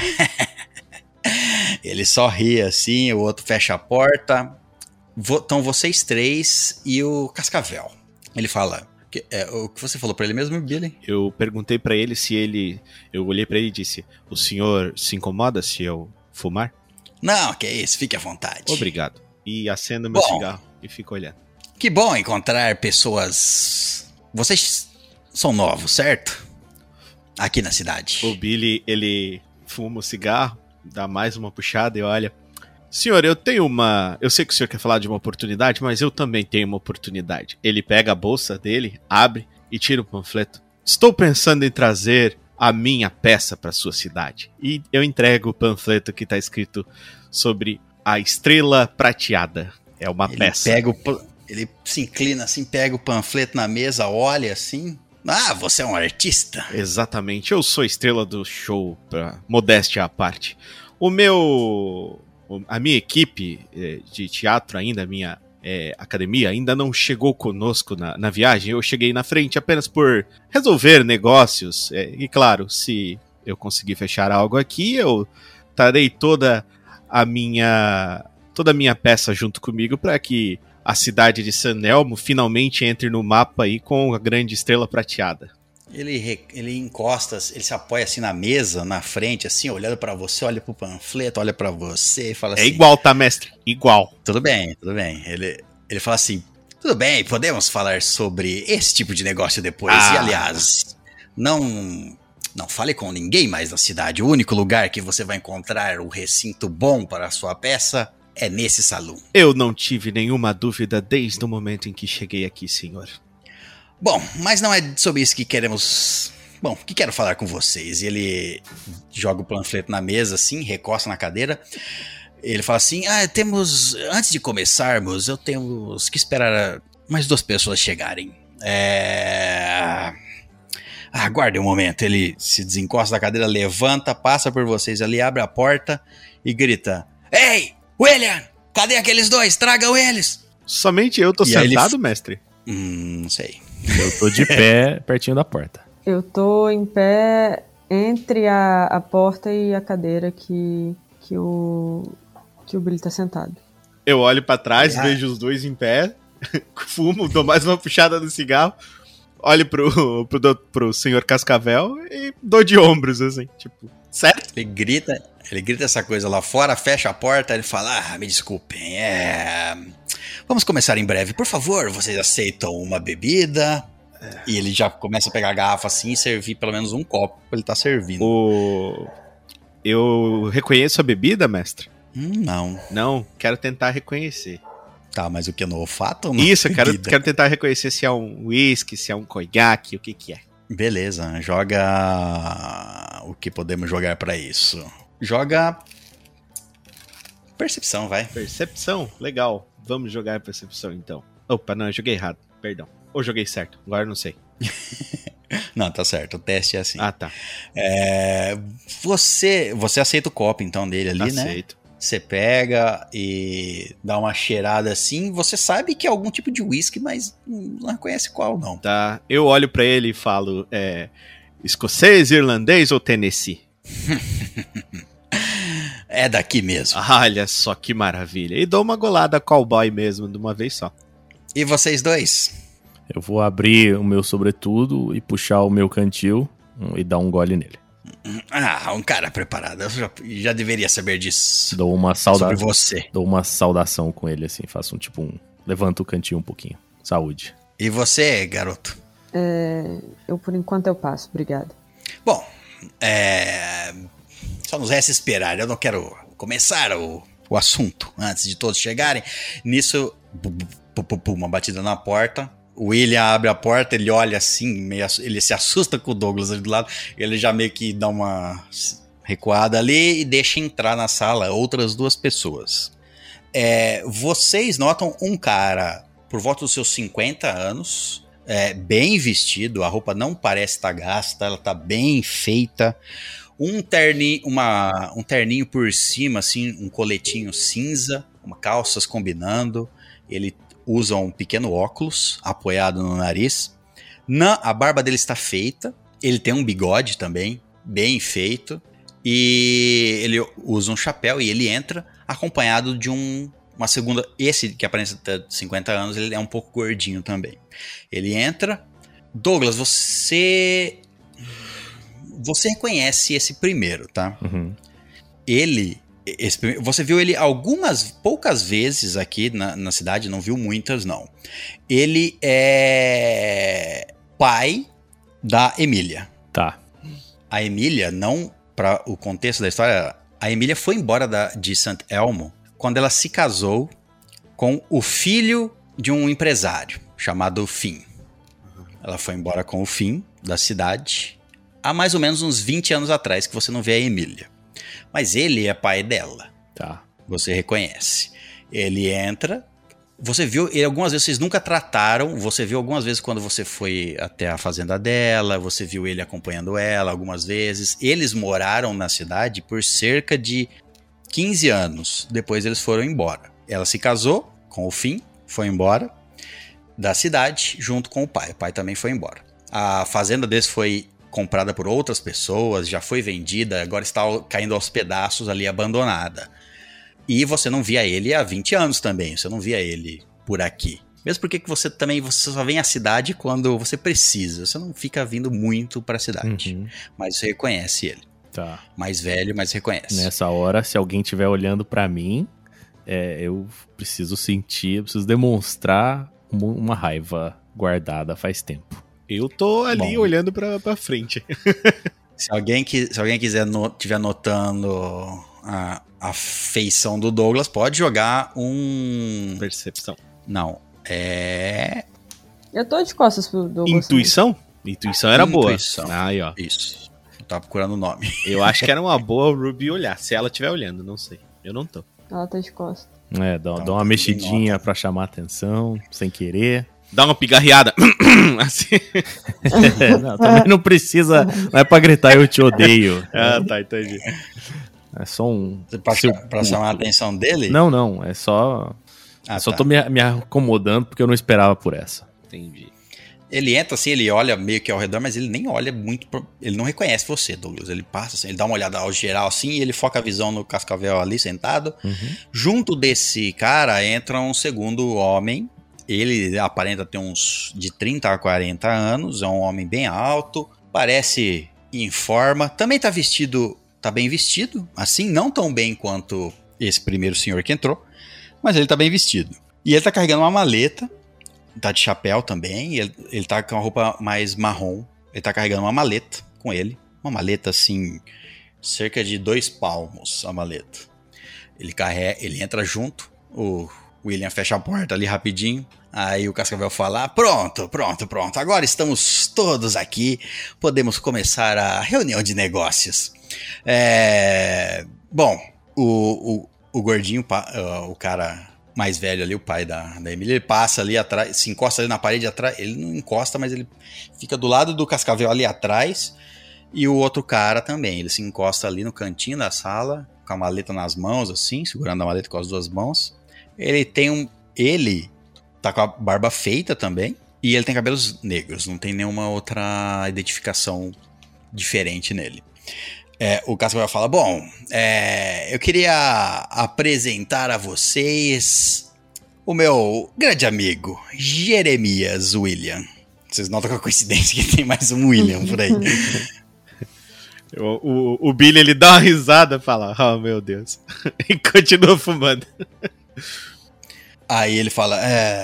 ele só ri assim, o outro fecha a porta. Estão vocês três e o Cascavel. Ele fala, o que você falou pra ele mesmo, Billy? Eu perguntei pra ele se ele... Eu olhei pra ele e disse, o senhor se incomoda se eu fumar? Não, que isso, fique à vontade. Obrigado. E acendo meu cigarro e fico olhando. Que bom encontrar pessoas... Vocês são novos, certo? Aqui na cidade. O Billy, ele fuma o cigarro, dá mais uma puxada e olha... Senhor, eu tenho uma... Eu sei que o senhor quer falar de uma oportunidade, mas eu também tenho uma oportunidade. Ele pega a bolsa dele, abre e tira o panfleto. Estou pensando em trazer a minha peça para sua cidade. E eu entrego o panfleto que está escrito sobre a Estrela Prateada. É uma peça. Ele se inclina assim, pega o panfleto na mesa, olha assim... Ah, você é um artista? Exatamente, eu sou a estrela do show, pra modéstia à parte. A minha equipe de teatro ainda, a minha academia, ainda não chegou conosco na viagem. Eu cheguei na frente apenas por resolver negócios. E claro, se eu conseguir fechar algo aqui, eu trarei toda a minha peça junto comigo para que a cidade de San Elmo finalmente entre no mapa aí com a grande estrela prateada. Ele encosta, ele se apoia assim na mesa, na frente, assim, olhando pra você, olha pro panfleto, olha pra você e fala assim... É igual, tá, mestre? Igual. Tudo bem. Ele fala assim, tudo bem, podemos falar sobre esse tipo de negócio depois. E, aliás, não fale com ninguém mais na cidade. O único lugar que você vai encontrar um recinto bom para a sua peça é nesse salão. Eu não tive nenhuma dúvida desde o momento em que cheguei aqui, senhor. Bom, mas não é sobre isso que queremos... Bom, que quero falar com vocês. E ele joga o panfleto na mesa, assim, recosta na cadeira. Ele fala assim, antes de começarmos, eu temos que esperar mais 2 pessoas chegarem. Aguarde um momento. Ele se desencosta da cadeira, levanta, passa por vocês ali, abre a porta e grita, Ei, William, cadê aqueles 2? Tragam eles! Somente eu tô sentado, mestre? Não sei. Eu tô de pé pertinho da porta. Eu tô em pé entre a porta e a cadeira que o Billy tá sentado. Eu olho pra trás, vejo os 2 em pé, fumo, dou mais uma puxada no cigarro, olho pro senhor Cascavel e dou de ombros, assim, tipo, certo? Ele grita essa coisa lá fora, fecha a porta, ele fala, me desculpem, vamos começar em breve, por favor, vocês aceitam uma bebida? E ele já começa a pegar a garrafa assim e servir pelo menos um copo pra ele tá servindo. Eu reconheço a bebida, mestre? Não. Não, quero tentar reconhecer. Tá, mas o que? No olfato ou na Isso, eu bebida? quero tentar reconhecer se é um whisky, se é um conhaque, o que é. Beleza, joga o que podemos jogar pra isso. Joga percepção, vai. Percepção? Legal. Vamos jogar percepção, então. Opa, não, eu joguei errado. Perdão. Ou joguei certo? Agora eu não sei. Não, tá certo. O teste é assim. Ah, tá. Você aceita o copo, então, dele ali, né? Aceito. Você pega e dá uma cheirada assim. Você sabe que é algum tipo de whisky, mas não reconhece qual, não. Tá. Eu olho pra ele e falo, escocês, irlandês ou Tennessee? É daqui mesmo. Olha só que maravilha. E dou uma golada cowboy mesmo, de uma vez só. E vocês dois? Eu vou abrir o meu sobretudo e puxar o meu cantil e dar um gole nele. Um cara preparado. Eu já deveria saber disso. Dou uma saudação. Sobre você. Dou uma saudação com ele, assim. Faço levanto o cantil um pouquinho. Saúde. E você, garoto? Eu, por enquanto, eu passo. Obrigado. Bom, só nos resta esperar. Eu não quero começar o assunto antes de todos chegarem. Nisso, uma batida na porta. O William abre a porta, ele olha assim, ele se assusta com o Douglas ali do lado. Ele já meio que dá uma recuada ali e deixa entrar na sala outras 2 pessoas. Vocês notam um cara por volta dos seus 50 anos, bem vestido, a roupa não parece estar gasta, ela está bem feita. Um terninho por cima, assim, um coletinho cinza, calças combinando. Ele usa um pequeno óculos apoiado no nariz. A barba dele está feita. Ele tem um bigode também, bem feito. E ele usa um chapéu e ele entra acompanhado de uma segunda... Esse que aparenta ter 50 anos, ele é um pouco gordinho também. Ele entra... Douglas, você reconhece esse primeiro, tá? Uhum. Você viu ele poucas vezes aqui na cidade, não viu muitas, não. Ele é pai da Emília. Tá. A Emília, não para o contexto da história, a Emília foi embora de St. Elmo quando ela se casou com o filho de um empresário chamado Finn. Ela foi embora com o Finn da cidade há mais ou menos uns 20 anos atrás, que você não vê a Emília. Mas ele é pai dela. Tá. Você reconhece. Ele entra. Você viu ele algumas vezes, vocês nunca trataram. Você viu algumas vezes quando você foi até a fazenda dela. Você viu ele acompanhando ela algumas vezes. Eles moraram na cidade por cerca de 15 anos. Depois eles foram embora. Ela se casou com o Finn, foi embora da cidade junto com o pai. O pai também foi embora. A fazenda deles foi comprada por outras pessoas, já foi vendida, agora está caindo aos pedaços ali, abandonada. E você não via ele há 20 anos também, você não via ele por aqui. Mesmo porque você só vem à cidade quando você precisa, você não fica vindo muito para a cidade. Uhum. Mas você reconhece ele. Tá. Mais velho, mas reconhece. Nessa hora, se alguém estiver olhando pra mim, eu preciso demonstrar uma raiva guardada faz tempo. Eu tô ali olhando pra frente. Se alguém quiser estiver notando a feição do Douglas, pode jogar um... Percepção. Não, Eu tô de costas pro Douglas. Intuição? Intuição era boa. Aí, ó. Isso. Eu tava procurando o nome. Eu acho que era uma boa o Ruby olhar. Se ela estiver olhando, não sei. Eu não tô. Ela tá de costas. Dá uma mexidinha pra chamar atenção, sem querer. Dá uma pigarreada. Assim. Não, também não precisa. Não é pra gritar eu te odeio. Ah, tá, entendi. É só um. Pra chamar a atenção dele? Não. É só. Só tá. tô me acomodando porque eu não esperava por essa. Entendi. Ele entra assim, ele olha meio que ao redor, mas ele nem olha muito. Ele não reconhece você, Douglas. Ele passa assim, ele dá uma olhada ao geral assim e ele foca a visão no Cascavel ali sentado. Uhum. Junto desse cara entra um segundo homem. Ele aparenta ter uns de 30 a 40 anos. É um homem bem alto. Parece em forma. Também tá bem vestido. Assim, não tão bem quanto esse primeiro senhor que entrou. Mas ele tá bem vestido. E ele tá carregando uma maleta. Tá de chapéu também, ele tá com uma roupa mais marrom. Ele tá carregando uma maleta com ele. Uma maleta assim, cerca de 2 palmos a maleta. Ele entra junto, o William fecha a porta ali rapidinho. Aí o Cascavel fala, pronto, agora estamos todos aqui. Podemos começar a reunião de negócios. Bom, o gordinho, o cara... mais velho ali, o pai da Emília, ele passa ali atrás, se encosta ali na parede atrás, ele não encosta, mas ele fica do lado do Cascavel ali atrás, e o outro cara também, ele se encosta ali no cantinho da sala, com a maleta nas mãos, assim, segurando a maleta com as 2 mãos. Ele tá com a barba feita também, e ele tem cabelos negros, não tem nenhuma outra identificação diferente nele. O Cascavel fala, bom, eu queria apresentar a vocês o meu grande amigo, Jeremias William. Vocês notam com a coincidência que tem mais um William por aí. O Billy, ele dá uma risada e fala, oh meu Deus, e continua fumando. Aí ele fala,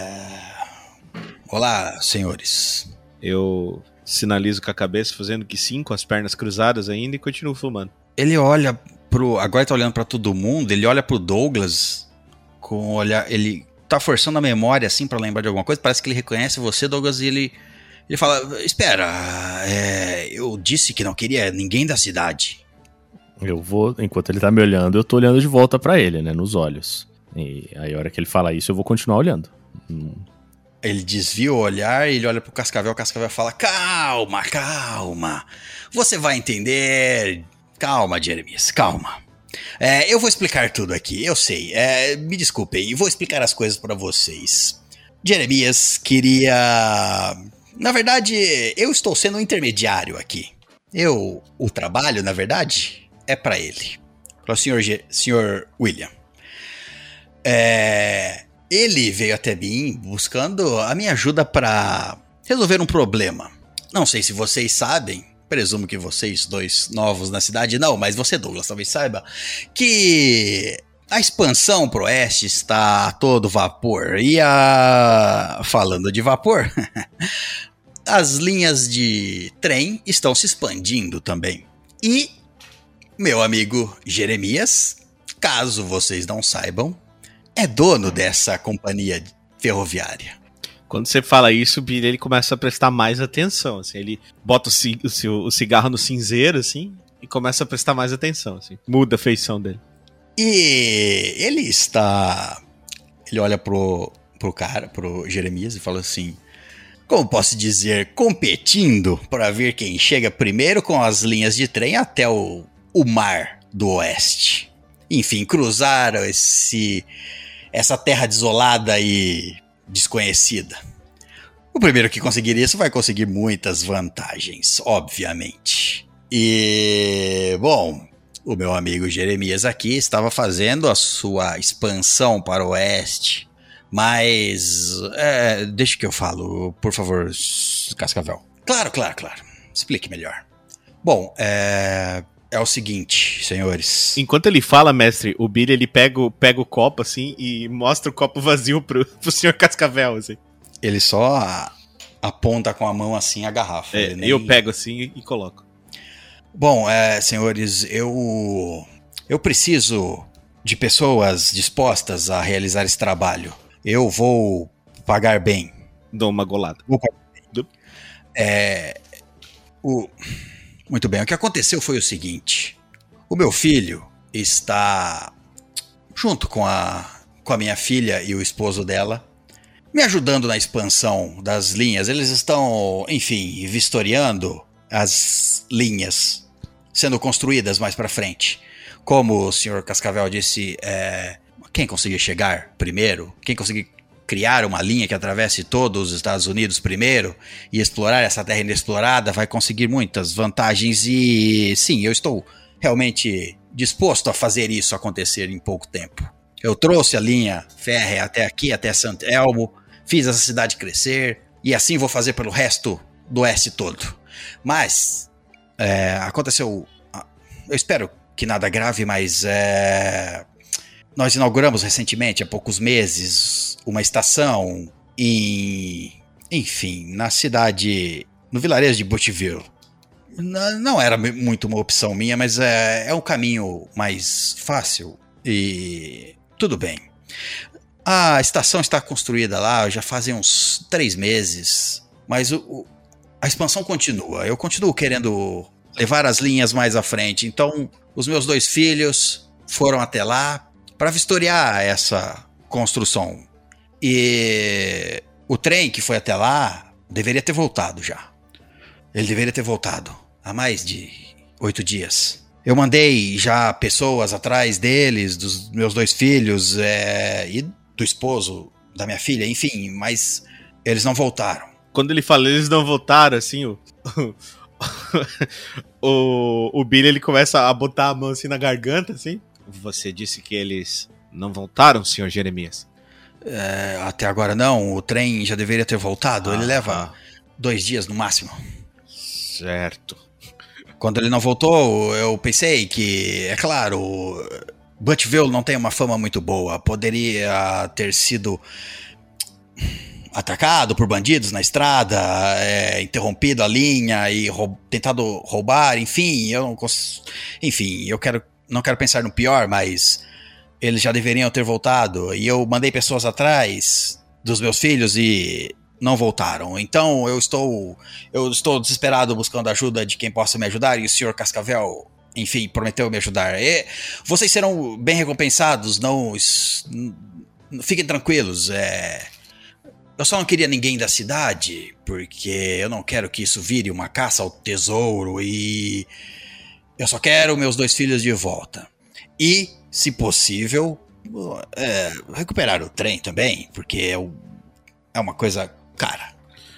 olá, senhores. Eu... sinalizo com a cabeça, fazendo que sim, com as pernas cruzadas ainda, e continuo fumando. Ele olha agora ele tá olhando pra todo mundo, ele olha pro Douglas com o olhar, ele tá forçando a memória assim pra lembrar de alguma coisa, parece que ele reconhece você, Douglas, e ele fala, espera, eu disse que não queria ninguém da cidade. Eu vou, enquanto ele tá me olhando, eu tô olhando de volta pra ele, né, nos olhos. E aí a hora que ele fala isso, eu vou continuar olhando. Ele desvia o olhar e ele olha pro Cascavel. O Cascavel fala, calma. Você vai entender. Calma, Jeremias, calma. Eu vou explicar tudo aqui, eu sei. Me desculpem, vou explicar as coisas pra vocês. Jeremias queria... Na verdade, eu estou sendo um intermediário aqui. O trabalho, na verdade, é para ele. Para o senhor William. Ele veio até mim buscando a minha ajuda para resolver um problema. Não sei se vocês sabem, presumo que vocês dois novos na cidade não, mas você, Douglas, talvez saiba, que a expansão pro oeste está a todo vapor. E falando de vapor, as linhas de trem estão se expandindo também. E meu amigo Jeremias, caso vocês não saibam, é dono dessa companhia ferroviária. Quando você fala isso, o Billy ele começa a prestar mais atenção. Assim, ele bota o cigarro no cinzeiro assim, e começa a prestar mais atenção. Assim, muda a feição dele. E ele olha pro Jeremias e fala assim: como posso dizer, competindo para ver quem chega primeiro com as linhas de trem até o mar do oeste. Enfim, cruzar essa terra desolada e desconhecida. O primeiro que conseguir isso vai conseguir muitas vantagens, obviamente. E, bom, o meu amigo Jeremias aqui estava fazendo a sua expansão para o oeste. Mas, deixa que eu falo, por favor, Cascavel. Claro. Explique melhor. Bom, é o seguinte, senhores. Enquanto ele fala, mestre, o Billy ele pega o copo assim e mostra o copo vazio pro senhor Cascavel, assim. Ele só aponta com a mão assim a garrafa. Eu pego assim e coloco. Bom, senhores, eu preciso de pessoas dispostas a realizar esse trabalho. Eu vou pagar bem. Dou uma golada. Vou pagar bem. Muito bem, o que aconteceu foi o seguinte. O meu filho está junto com a minha filha e o esposo dela, me ajudando na expansão das linhas. Eles estão, enfim, vistoriando as linhas sendo construídas mais para frente. Como o senhor Cascavel disse, quem conseguir chegar primeiro, quem conseguir criar uma linha que atravesse todos os Estados Unidos primeiro e explorar essa terra inexplorada vai conseguir muitas vantagens. E sim, eu estou realmente disposto a fazer isso acontecer em pouco tempo. Eu trouxe a linha férrea até aqui, até St. Elmo, fiz essa cidade crescer e assim vou fazer pelo resto do oeste todo. Mas aconteceu, eu espero que nada grave, mas nós inauguramos recentemente, há poucos meses, uma estação na cidade, no vilarejo de Butchville. Não era muito uma opção minha, mas é um caminho mais fácil e tudo bem. A estação está construída lá já fazem uns 3 meses, mas a expansão continua. Eu continuo querendo levar as linhas mais à frente, então os meus 2 filhos foram até lá para vistoriar essa construção. E o trem que foi até lá deveria ter voltado já. Ele deveria ter voltado há mais de 8 dias. Eu mandei já pessoas atrás deles, dos meus 2 filhos e do esposo da minha filha, enfim, mas eles não voltaram. Quando ele fala eles não voltaram, assim, o Billy ele começa a botar a mão assim na garganta, assim. Você disse que eles não voltaram, senhor Jeremias? Até agora não, o trem já deveria ter voltado, ele leva 2 dias no máximo. Certo. Quando ele não voltou, eu pensei que, é claro, Butchville não tem uma fama muito boa, poderia ter sido atacado por bandidos na estrada, interrompido a linha e tentado roubar, enfim, eu não quero pensar no pior, mas eles já deveriam ter voltado. E eu mandei pessoas atrás dos meus filhos e não voltaram. Então eu estou desesperado buscando ajuda de quem possa me ajudar. E o senhor Cascavel, enfim, prometeu me ajudar. E vocês serão bem recompensados. Não fiquem tranquilos. Eu só não queria ninguém da cidade, porque eu não quero que isso vire uma caça ao tesouro e eu só quero meus 2 filhos de volta. E, se possível, recuperar o trem também, porque é uma coisa cara.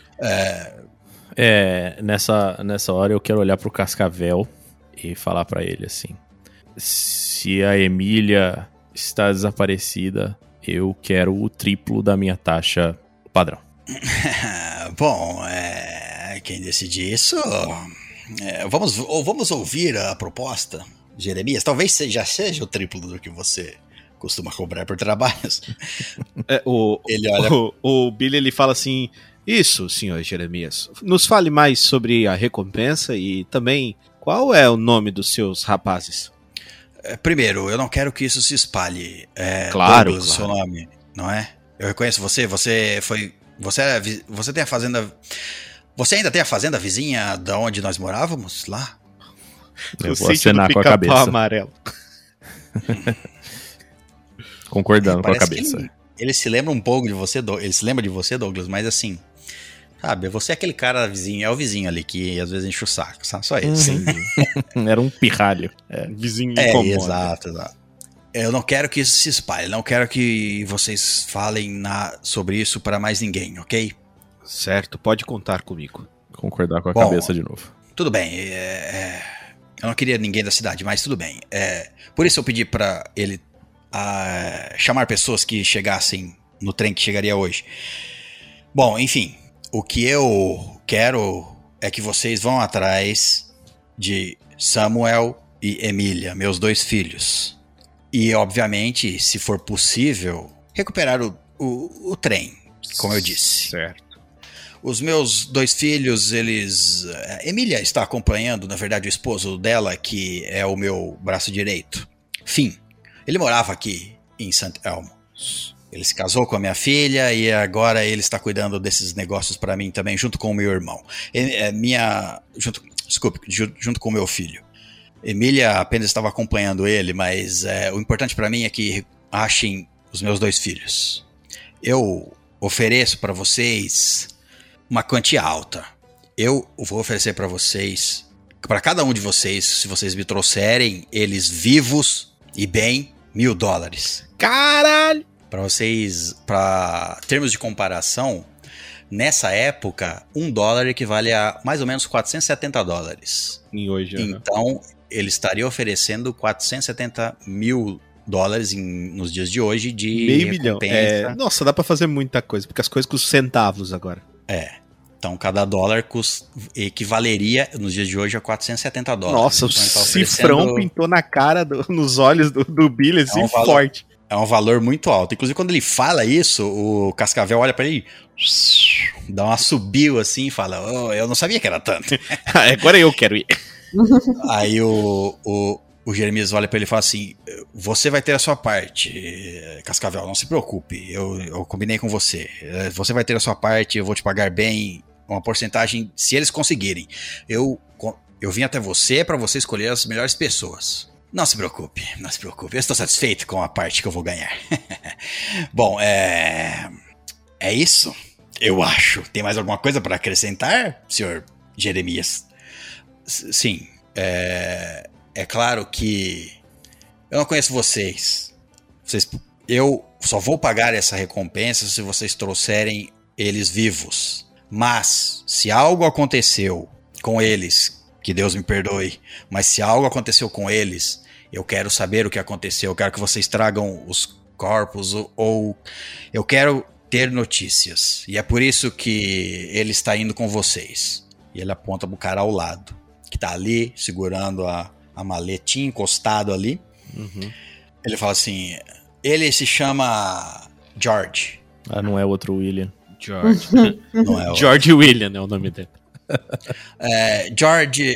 Nessa hora eu quero olhar pro Cascavel e falar pra ele assim: se a Emília está desaparecida, eu quero o triplo da minha taxa padrão. Bom, quem decide isso... vamos ouvir a proposta, Jeremias. Talvez já seja o triplo do que você costuma cobrar por trabalhos. Ele olha... o Billy ele fala assim: isso, senhor Jeremias. Nos fale mais sobre a recompensa e também qual é o nome dos seus rapazes. Primeiro, eu não quero que isso se espalhe. Claro, Douglas, seu nome, não é? Eu reconheço você. Você tem a fazenda. Você ainda tem a fazenda vizinha da onde nós morávamos lá? Eu vou acenar com a cabeça. Amarelo. Concordando com a cabeça. Ele se lembra um pouco de você, ele se lembra de você, Douglas, mas assim, sabe, você é aquele cara vizinho, é o vizinho ali que às vezes enche o saco, sabe? Só isso. Era um pirralho. Vizinho incomoda. Exato. Eu não quero que isso se espalhe, não quero que vocês falem sobre isso para mais ninguém, ok? Certo, pode contar comigo. Concordar com a cabeça de novo. Tudo bem, eu não queria ninguém da cidade, mas tudo bem. Por isso eu pedi para ele chamar pessoas que chegassem no trem que chegaria hoje. Bom, enfim, o que eu quero é que vocês vão atrás de Samuel e Emília, meus 2 filhos. E, obviamente, se for possível, recuperar o trem, como eu disse. Certo. Os meus 2 filhos, Emília está acompanhando, na verdade, o esposo dela, que é o meu braço direito. Finn. Ele morava aqui em St. Elmo. Ele se casou com a minha filha e agora ele está cuidando desses negócios para mim também, junto com o meu irmão. Junto com o meu filho. Emília apenas estava acompanhando ele, mas o importante para mim é que achem os meus 2 filhos. Eu ofereço para vocês uma quantia alta. Eu vou oferecer para vocês, para cada um de vocês, se vocês me trouxerem eles vivos e bem, $1.000. Caralho! Para vocês, para termos de comparação, nessa época, $1 equivale a mais ou menos $470. Em hoje, então, ele estaria oferecendo $470 mil nos dias de hoje de recompensa. Nossa, dá pra fazer muita coisa, porque as coisas custam centavos agora. Então cada dólar equivaleria nos dias de hoje a $470. Nossa, então, o cifrão pintou na cara, nos olhos do Billy, assim, forte. É um valor muito alto. Inclusive, quando ele fala isso, o Cascavel olha pra ele, dá uma subiu assim e fala: eu não sabia que era tanto. Agora eu quero ir. Aí o Jeremias olha pra ele e fala assim: você vai ter a sua parte, Cascavel, não se preocupe, eu combinei com você. Você vai ter a sua parte, eu vou te pagar bem, uma porcentagem, se eles conseguirem. Eu vim até você pra você escolher as melhores pessoas. Não se preocupe, eu estou satisfeito com a parte que eu vou ganhar. Bom, é isso, eu acho. Tem mais alguma coisa para acrescentar, senhor Jeremias? Sim, é claro que eu não conheço vocês. Eu só vou pagar essa recompensa se vocês trouxerem eles vivos. Mas, se algo aconteceu com eles, que Deus me perdoe, mas se algo aconteceu com eles, eu quero saber o que aconteceu. Eu quero que vocês tragam os corpos ou eu quero ter notícias. E é por isso que ele está indo com vocês. E ele aponta pro cara ao lado, que tá ali segurando a maletinha, encostado ali. Uhum. Ele fala assim: ele se chama George. Não é outro William. George. Não é George William é o nome dele. George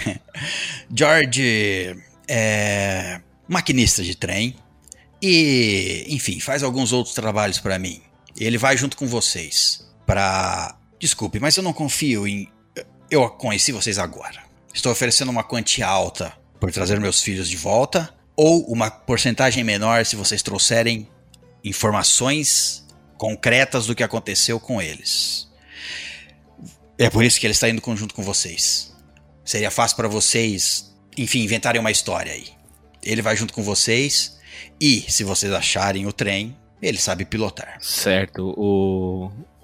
é maquinista de trem e, enfim, faz alguns outros trabalhos pra mim. Ele vai junto com vocês Desculpe, mas eu não confio em... Eu conheci vocês agora. Estou oferecendo uma quantia alta por trazer meus filhos de volta, ou uma porcentagem menor se vocês trouxerem informações concretas do que aconteceu com eles. É por isso que ele está indo junto com vocês. Seria fácil para vocês, enfim, inventarem uma história aí. Ele vai junto com vocês e, se vocês acharem o trem, ele sabe pilotar. Certo.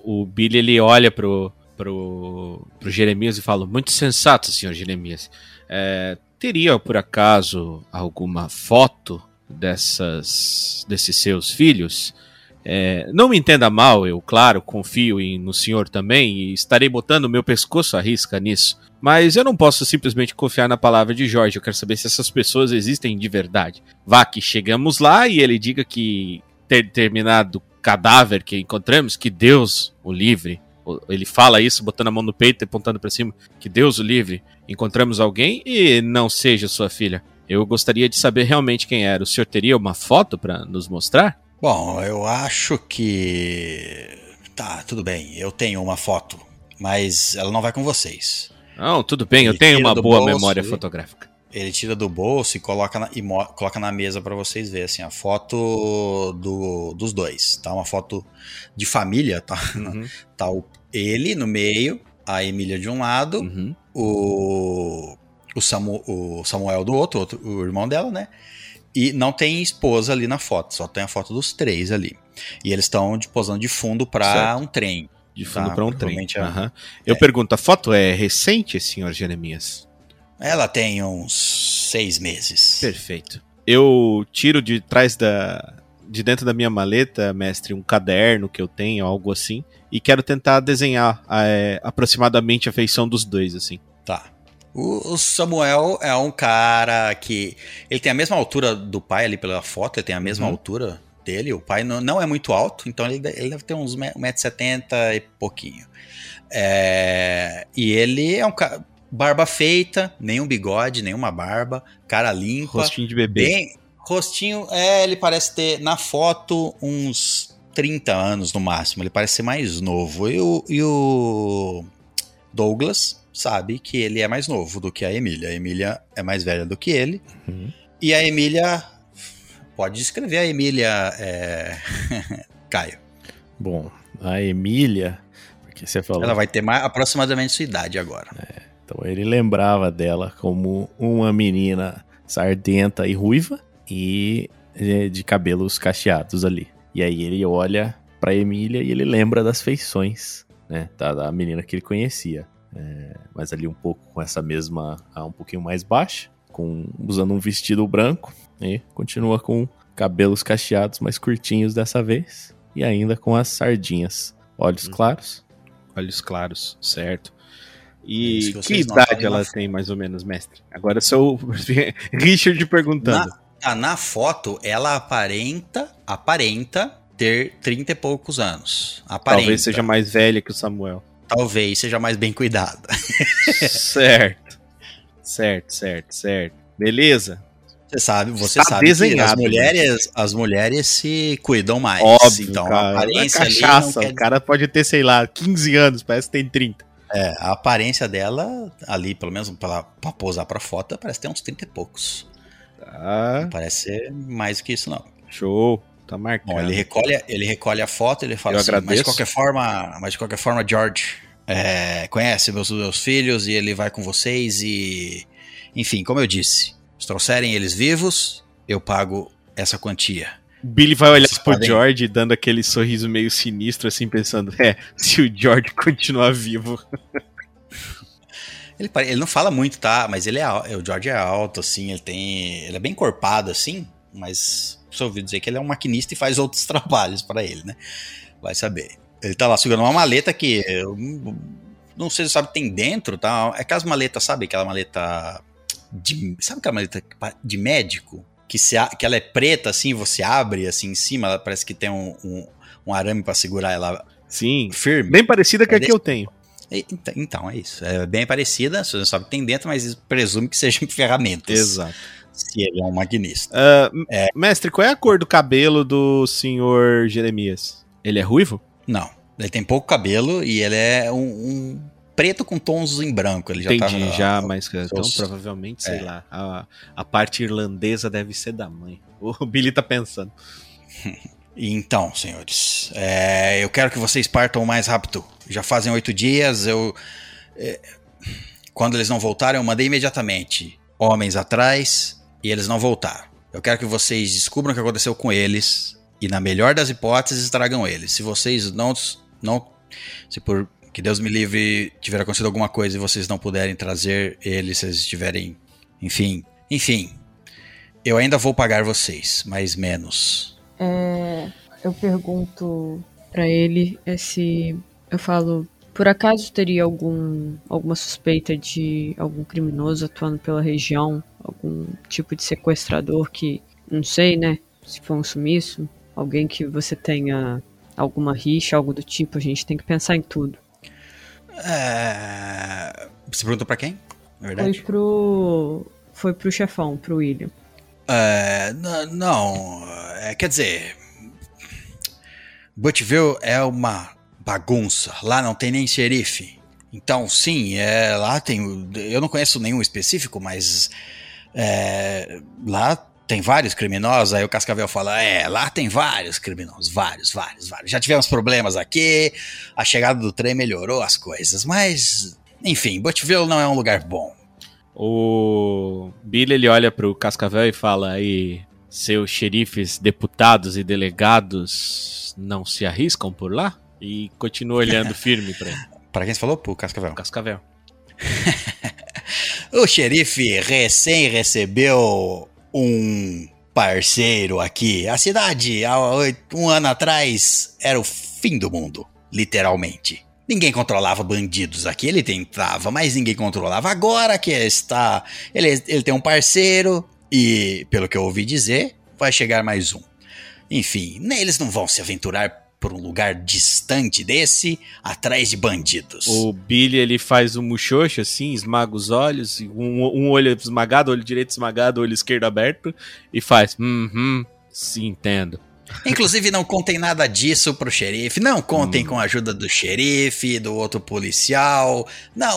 O Billy, ele olha pro Jeremias e fala: muito sensato, senhor Jeremias. Teria, por acaso, alguma foto desses seus filhos? Não me entenda mal, eu, claro, confio no senhor também e estarei botando meu pescoço à risca nisso. Mas eu não posso simplesmente confiar na palavra de Jorge. Eu quero saber se essas pessoas existem de verdade. Vá que chegamos lá e ele diga que determinado cadáver que encontramos, que Deus o livre. Ele fala isso botando a mão no peito e apontando pra cima. Que Deus o livre. Encontramos alguém e não seja sua filha. Eu gostaria de saber realmente quem era. O senhor teria uma foto pra nos mostrar? Bom, eu acho que... Tá, tudo bem. Eu tenho uma foto. Mas ela não vai com vocês. Não, tudo bem. Eu tenho uma boa memória fotográfica. Ele tira do bolso e coloca na mesa pra vocês verem, assim, a foto dos dois, tá? Uma foto de família, tá? Uhum. Tá ele no meio, a Emília de um lado, o Samuel do outro, o irmão dela, né? E não tem esposa ali na foto, só tem a foto dos três ali. E eles estão posando de fundo pra um trem. De fundo pra um trem. Uhum. Eu pergunto, a foto é recente, senhor Jeremias? Ela tem uns 6 meses. Perfeito. Eu tiro de dentro da minha maleta, mestre, um caderno que eu tenho, algo assim, e quero tentar desenhar aproximadamente a feição dos dois, assim. Tá. O Samuel é um cara que... Ele tem a mesma altura do pai ali pela foto, ele tem a mesma altura dele. O pai não é muito alto, então ele deve ter uns 1,70 m e pouquinho. E ele é um cara... Barba feita, nenhum bigode, nenhuma barba, cara limpa. Rostinho de bebê. Rostinho, ele parece ter, na foto, uns 30 anos no máximo. Ele parece ser mais novo. E o Douglas sabe que ele é mais novo do que a Emília. A Emília é mais velha do que ele. Uhum. E a Emília... Pode descrever a Emília, Caio. Bom, a Emília... Porque você falou... Ela vai ter aproximadamente sua idade agora. Então ele lembrava dela como uma menina sardenta e ruiva e de cabelos cacheados ali. E aí ele olha pra Emília e ele lembra das feições, né, da menina que ele conhecia. Mas ali um pouco com essa mesma, um pouquinho mais baixa, usando um vestido branco e continua com cabelos cacheados mais curtinhos dessa vez e ainda com as sardinhas. Olhos claros. Olhos claros, certo. E que idade ela tem, mais ou menos, mestre? Agora sou o Richard perguntando. Na foto, ela aparenta ter 30 e poucos anos. Talvez seja mais velha que o Samuel. Talvez seja mais bem cuidada. Certo. Beleza. Você sabe que as mulheres se cuidam mais. Óbvio, então, cara. A aparência cachaça, o cara pode ter, sei lá, 15 anos, parece que tem 30. A aparência dela, ali, pelo menos pra posar pra foto, parece ter uns 30 e poucos. Tá. Não parece ser mais do que isso, não. Show, tá marcado. Bom, ele recolhe a foto, ele fala mas de qualquer forma, George conhece meus filhos e ele vai com vocês e... Enfim, como eu disse, se trouxerem eles vivos, eu pago essa quantia. Billy vai olhar pro George dando aquele sorriso meio sinistro, assim, pensando, se o George continuar vivo. Ele não fala muito, tá? Mas o George é alto, assim, ele é bem encorpado, assim, mas você ouviu dizer que ele é um maquinista e faz outros trabalhos pra ele, né? Vai saber. Ele tá lá segurando uma maleta que eu não sei se sabe o que tem dentro, tá? É aquelas maletas, sabe? Aquela maleta sabe aquela maleta de médico? Que ela é preta, assim, você abre, assim, em cima, ela parece que tem um arame pra segurar ela. Sim, firme. Bem parecida com a que eu tenho. Então, é isso. É bem parecida, você não sabe o que tem dentro, mas presume que sejam ferramentas. Exato. Se ele é um maquinista. Mestre, qual é a cor do cabelo do senhor Jeremias? Ele é ruivo? Não, ele tem pouco cabelo e ele é um preto com tons em branco. Ele mas então provavelmente, sei lá, a parte irlandesa deve ser da mãe. O Billy tá pensando. Então, senhores, eu quero que vocês partam o mais rápido. Já fazem 8 dias, quando eles não voltaram, eu mandei imediatamente homens atrás e eles não voltaram. Eu quero que vocês descubram o que aconteceu com eles e, na melhor das hipóteses, tragam eles. Se vocês não Se por que Deus me livre tiver acontecido alguma coisa e vocês não puderem trazer ele, se vocês estiverem... Enfim, eu ainda vou pagar vocês, mas menos. Eu pergunto pra ele se... Eu falo, por acaso teria alguma suspeita de algum criminoso atuando pela região? Algum tipo de sequestrador que... Não sei, né? Se for um sumiço, alguém que você tenha alguma rixa, algo do tipo, a gente tem que pensar em tudo. Você perguntou pra quem? Na verdade? Foi pro chefão, pro William. Não, quer dizer... Buttville é uma bagunça. Lá não tem nem xerife. Então, sim, lá tem... Eu não conheço nenhum específico, mas... lá tem vários criminosos. Aí o Cascavel fala, lá tem vários criminosos. Vários. Já tivemos problemas aqui. A chegada do trem melhorou as coisas. Mas, enfim, Buttville não é um lugar bom. O Billy, ele olha pro Cascavel e fala, aí, seus xerifes, deputados e delegados não se arriscam por lá? E continua olhando firme pra ele. Pra quem você falou? Pro Cascavel. Cascavel. O xerife recém recebeu um parceiro aqui. A cidade, há um ano atrás, era o fim do mundo, literalmente. Ninguém controlava bandidos aqui, ele tentava, mas ninguém controlava. Agora que ele tem um parceiro e, pelo que eu ouvi dizer, vai chegar mais um. Enfim, eles não vão se aventurar por um lugar distante desse, atrás de bandidos. O Billy, ele faz um muxoxo assim, esmaga os olhos, um olho esmagado, olho direito esmagado, olho esquerdo aberto, e faz, sim, entendo. Inclusive, não contem nada disso pro xerife, não contem com a ajuda do xerife, do outro policial,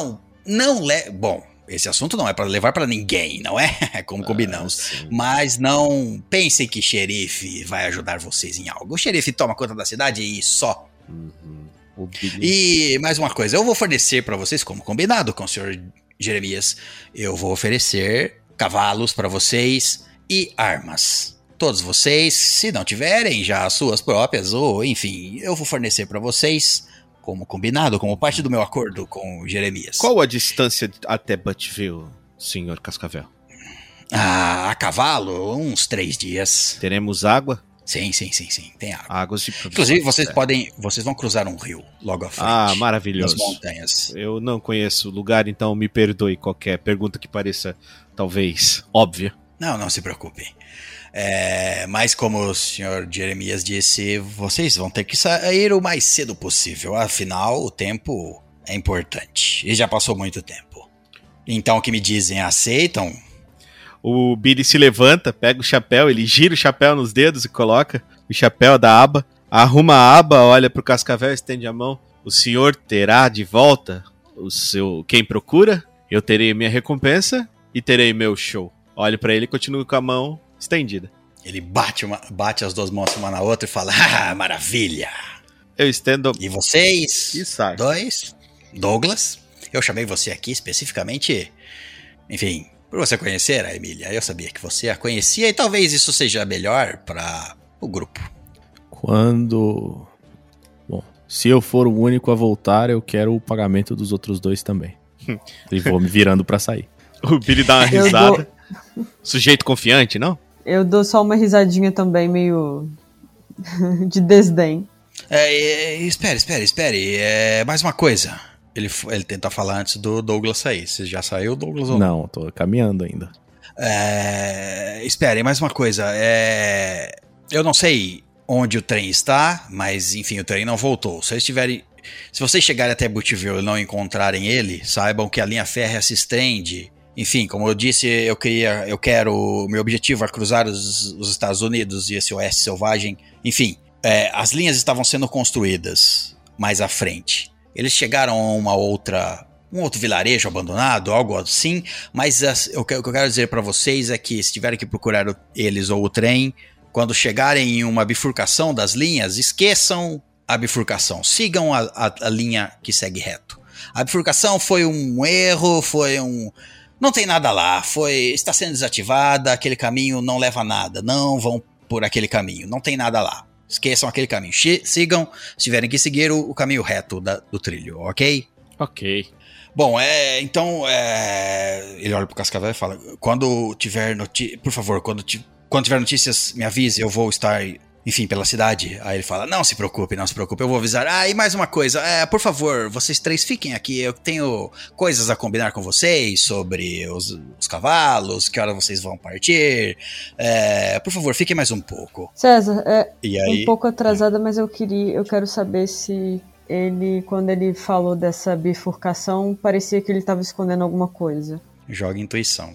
bom, esse assunto não é pra levar pra ninguém, não é? Como combinamos. Sim. Mas não pensem que xerife vai ajudar vocês em algo. O xerife toma conta da cidade e só. O Billy... E mais uma coisa, eu vou fornecer pra vocês, como combinado com o senhor Jeremias, eu vou oferecer cavalos pra vocês e armas. Todos vocês, se não tiverem já as suas próprias, ou enfim, eu vou fornecer pra vocês, como combinado, como parte do meu acordo com o Jeremias. Qual a distância até Buttville, senhor Cascavel? A cavalo, uns 3 dias. Teremos água? Sim, tem água. Águas de... Inclusive, vocês vão cruzar um rio logo à frente. Ah, maravilhoso. Nas montanhas. Eu não conheço o lugar, então me perdoe qualquer pergunta que pareça, talvez, óbvia. Não se preocupem. Mas como o senhor Jeremias disse, vocês vão ter que sair o mais cedo possível. Afinal, o tempo é importante. E já passou muito tempo. Então, o que me dizem, aceitam? O Billy se levanta, pega o chapéu, ele gira o chapéu nos dedos e coloca o chapéu da aba, arruma a aba, olha pro Cascavel, estende a mão. O senhor terá de volta quem procura, eu terei minha recompensa e terei meu show. Olha pra ele e continua com a mão estendida. Ele bate as duas mãos uma na outra e fala, ah, maravilha. Eu estendo... E vocês, E sai. dois, Douglas, eu chamei você aqui especificamente, enfim, por você conhecer a Emília. Eu sabia que você a conhecia e talvez isso seja melhor para o grupo. Bom, se eu for o único a voltar, eu quero o pagamento dos outros 2 também. E vou me virando pra sair. O Billy dá uma risada. Sujeito confiante, não? Eu dou só uma risadinha também, meio de desdém. Espere. Mais uma coisa. Ele tenta falar antes do Douglas sair. Você já saiu, Douglas? Ou Não, tô caminhando ainda. Espere, mais uma coisa. Eu não sei onde o trem está, mas enfim, o trem não voltou. Se vocês chegarem até Buttville e não encontrarem ele, saibam que a linha férrea se estende. Enfim, como eu disse, meu objetivo é cruzar os Estados Unidos e esse oeste selvagem. Enfim, as linhas estavam sendo construídas mais à frente. Eles chegaram a um outro vilarejo abandonado, algo assim, mas o que eu quero dizer para vocês é que se tiverem que procurar eles ou o trem, quando chegarem em uma bifurcação das linhas, esqueçam a bifurcação, sigam a linha que segue reto. A bifurcação foi um erro, não tem nada lá, está sendo desativada, aquele caminho não leva a nada, não vão por aquele caminho, não tem nada lá. Esqueçam aquele caminho. Sigam, se tiverem que seguir o caminho reto do trilho, ok? Ok. Bom, então, ele olha pro Cascavel e fala, quando tiver por favor, quando tiver notícias, me avise, eu vou estar, enfim, pela cidade. Aí ele fala, não se preocupe, eu vou avisar. E mais uma coisa, por favor, vocês 3 fiquem aqui, eu tenho coisas a combinar com vocês sobre os cavalos, que hora vocês vão partir. Por favor, fiquem mais um pouco. César, E aí, um pouco atrasada, mas eu quero saber se ele, quando ele falou dessa bifurcação, parecia que ele estava escondendo alguma coisa. joga intuição.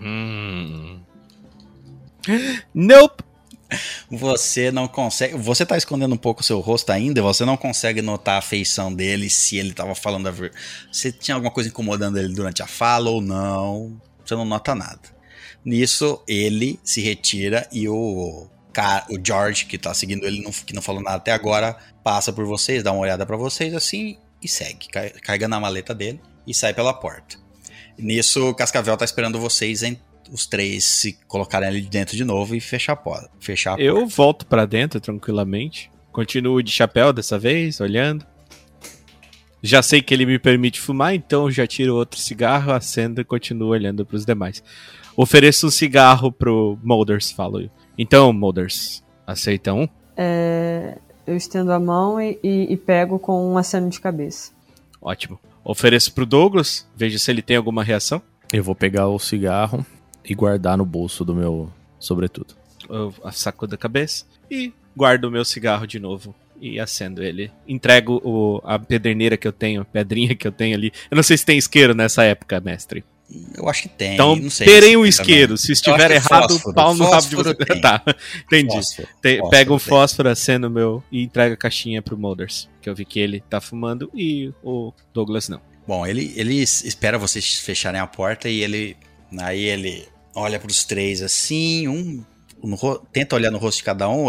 Nope. Você não consegue. Você tá escondendo um pouco o seu rosto ainda, você não consegue notar a feição dele, se ele tava falando se tinha alguma coisa incomodando ele durante a fala ou não. Você não nota nada. Nisso, ele se retira e o George, que tá seguindo ele, que não falou nada até agora, passa por vocês, dá uma olhada pra vocês assim e segue. Carga na maleta dele e sai pela porta. Nisso, o Cascavel tá esperando vocês os 3 se colocarem ali dentro de novo e fechar a porta. Eu volto pra dentro tranquilamente. Continuo de chapéu dessa vez, olhando. Já sei que ele me permite fumar, então já tiro outro cigarro, acendo e continuo olhando pros demais. Ofereço um cigarro pro Molders, falo. Então, Molders, aceita um? Eu estendo a mão e pego com um aceno de cabeça. Ótimo. Ofereço pro Douglas, vejo se ele tem alguma reação. Eu vou pegar o cigarro e guardar no bolso do meu sobretudo. Eu saco da cabeça e guardo o meu cigarro de novo e acendo ele. Entrego a pedrinha que eu tenho ali. Eu não sei se tem isqueiro nessa época, mestre. Eu acho que tem. Então, não sei terem um isqueiro. Se estiver errado, fósforo, pau no rabo de fósforo você. tem. Tá, entendi. Pega um tem. fósforo, acendo o meu e entrega a caixinha pro Molders. Que eu vi que ele tá fumando e o Douglas não. Bom, ele espera vocês fecharem a porta e ele olha pros 3 assim, tenta olhar no rosto de cada um,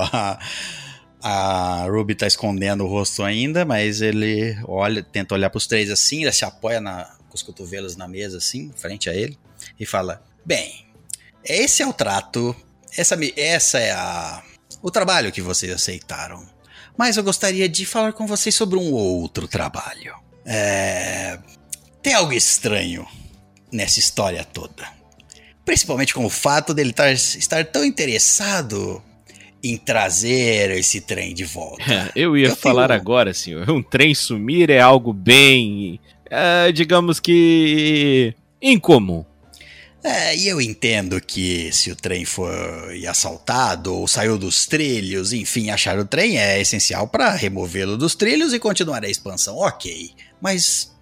a Ruby tá escondendo o rosto ainda, mas ele tenta olhar pros 3 assim, ele se apoia com os cotovelos na mesa assim, frente a ele, e fala, bem, esse é o trato, essa é o trabalho que vocês aceitaram, mas eu gostaria de falar com vocês sobre um outro trabalho. Tem algo estranho nessa história toda. Principalmente com o fato dele estar tão interessado em trazer esse trem de volta. Eu ia falar agora, senhor. Um trem sumir é algo bem, digamos que, incomum. E eu entendo que se o trem foi assaltado ou saiu dos trilhos, enfim, achar o trem é essencial para removê-lo dos trilhos e continuar a expansão, ok. Mas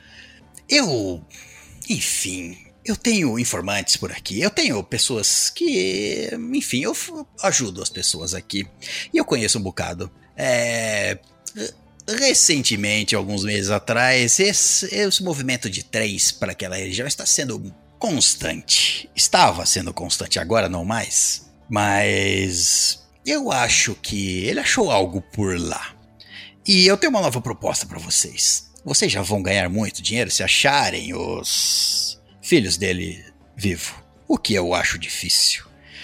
eu tenho informantes por aqui, eu tenho pessoas que, enfim, eu ajudo as pessoas aqui. E eu conheço um bocado. Recentemente, alguns meses atrás, esse movimento de trens para aquela região está sendo constante. Estava sendo constante, agora não mais. Mas eu acho que ele achou algo por lá. E eu tenho uma nova proposta para vocês. Vocês já vão ganhar muito dinheiro se acharem os filhos dele vivo. O que eu acho difícil.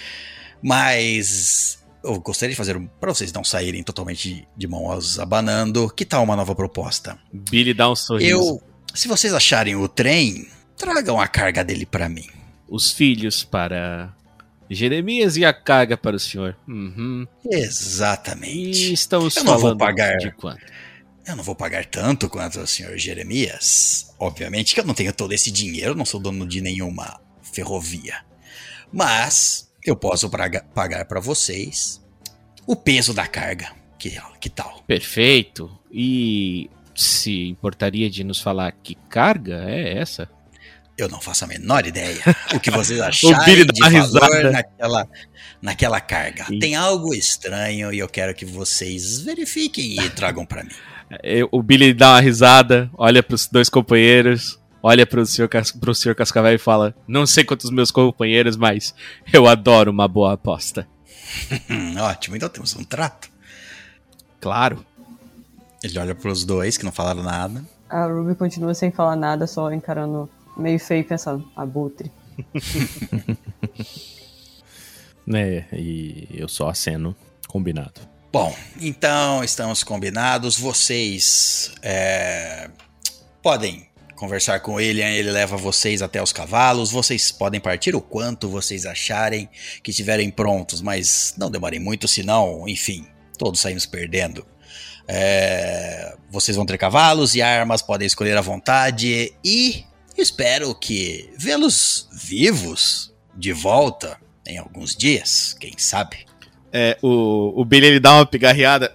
Mas eu gostaria de fazer para vocês não saírem totalmente de mãos abanando. Que tal uma nova proposta? Billy dá um sorriso. Se vocês acharem o trem, tragam a carga dele para mim. Os filhos para Jeremias e a carga para o senhor. Exatamente. E estamos eu não falando vou pagar de quanto? Eu não vou pagar tanto quanto o senhor Jeremias. Obviamente que eu não tenho todo esse dinheiro, não sou dono de nenhuma ferrovia. Mas eu posso pagar para vocês o peso da carga. Que tal? Perfeito. E se importaria de nos falar que carga é essa? Eu não faço a menor ideia. O que vocês acharem de valor naquela carga. Tem algo estranho e eu quero que vocês verifiquem e tragam para mim. O Billy dá uma risada, olha para os 2 companheiros, olha pro senhor Cascavel e fala: não sei quantos meus companheiros, mas eu adoro uma boa aposta. Ótimo, então temos um trato. Claro. Ele olha pros 2 que não falaram nada. A Ruby continua sem falar nada, só encarando meio feio, pensando, abutre. E eu só aceno, combinado. Bom, então estamos combinados. Vocês podem conversar com ele leva vocês até os cavalos. Vocês podem partir o quanto vocês acharem que estiverem prontos, mas não demorem muito, senão, enfim, todos saímos perdendo. Vocês vão ter cavalos e armas, podem escolher à vontade e espero que vê-los vivos de volta em alguns dias, quem sabe. O Billy ele dá uma pigarreada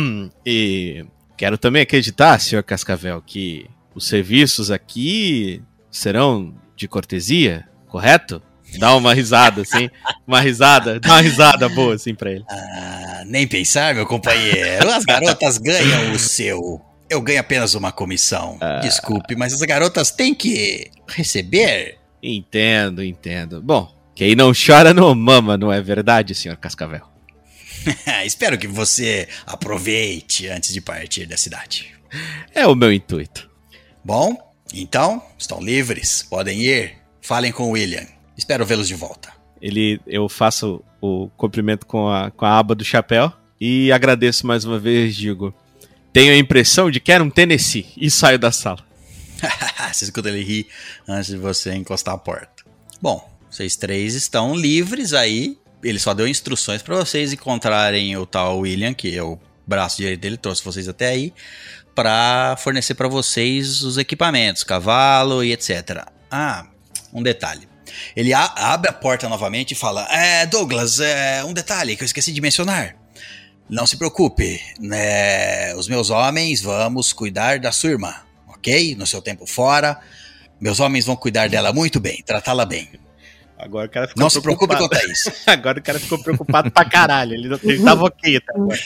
e quero também acreditar, Sr. Cascavel, que os serviços aqui serão de cortesia, correto? Dá uma risada, assim. Dá uma risada boa, assim, pra ele. Nem pensar, meu companheiro. As garotas ganham o seu. Eu ganho apenas uma comissão. Desculpe, mas as garotas têm que receber. Entendo. Bom, quem não chora não mama, não é verdade, Sr. Cascavel? Espero que você aproveite antes de partir da cidade. É o meu intuito. Bom, então, estão livres, podem ir. Falem com o William. Espero vê-los de volta. Eu faço o cumprimento com a aba do chapéu e agradeço mais uma vez, digo, tenho a impressão de que era um Tennessee e saio da sala. Você escuta ele rir antes de você encostar a porta. Bom, vocês três estão livres aí. Ele só deu instruções para vocês encontrarem o tal William, que é o braço direito dele, trouxe vocês até aí, para fornecer para vocês os equipamentos, cavalo e etc. Um detalhe. Ele abre a porta novamente e fala: Douglas, um detalhe que eu esqueci de mencionar. Não se preocupe, os meus homens vamos cuidar da sua irmã, ok? No seu tempo fora, meus homens vão cuidar dela muito bem, tratá-la bem. Agora o cara ficou Não se preocupe quanto a isso. Agora o cara ficou preocupado pra caralho. Ele tava ok até agora.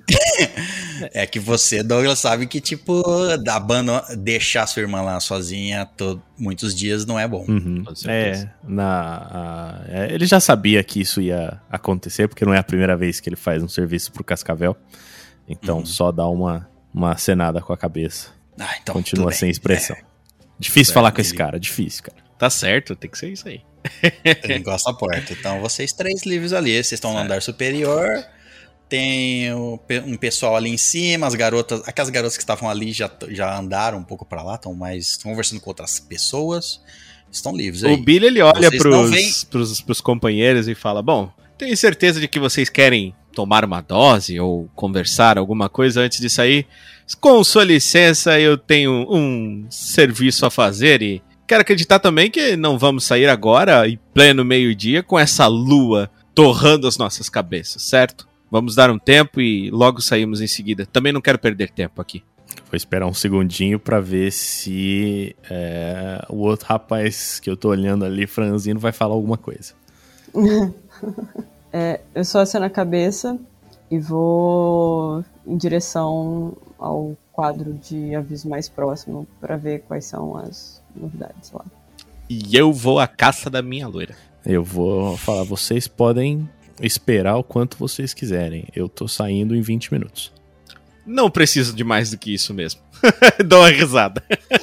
É que você, Douglas, sabe que, tipo, deixar sua irmã lá sozinha muitos dias não é bom. Uhum. Ele já sabia que isso ia acontecer, porque não é a primeira vez que ele faz um serviço pro Cascavel. Então só dá uma acenada com a cabeça. Então, continua sem expressão. Difícil falar com esse cara, difícil, cara. Tá certo, tem que ser isso aí. Ele encosta a porta. Então vocês três livres ali. Vocês estão no andar superior. Tem um pessoal ali em cima. As garotas, aquelas garotas que estavam ali já andaram um pouco pra lá. Estão conversando com outras pessoas. Estão livres aí. O Billy ele olha pros companheiros e fala: bom, tenho certeza de que vocês querem tomar uma dose ou conversar alguma coisa antes de sair. Com sua licença, eu tenho um serviço a fazer e quero acreditar também que não vamos sair agora, em pleno meio-dia, com essa lua torrando as nossas cabeças, certo? Vamos dar um tempo e logo saímos em seguida. Também não quero perder tempo aqui. Vou esperar um segundinho pra ver se o outro rapaz que eu tô olhando ali, franzino, vai falar alguma coisa. Eu só aceno a cabeça e vou em direção ao quadro de aviso mais próximo pra ver quais são as novidades lá. E eu vou à caça da minha loira. Eu vou falar, vocês podem esperar o quanto vocês quiserem. Eu tô saindo em 20 minutos. Não preciso de mais do que isso mesmo. Dou uma risada.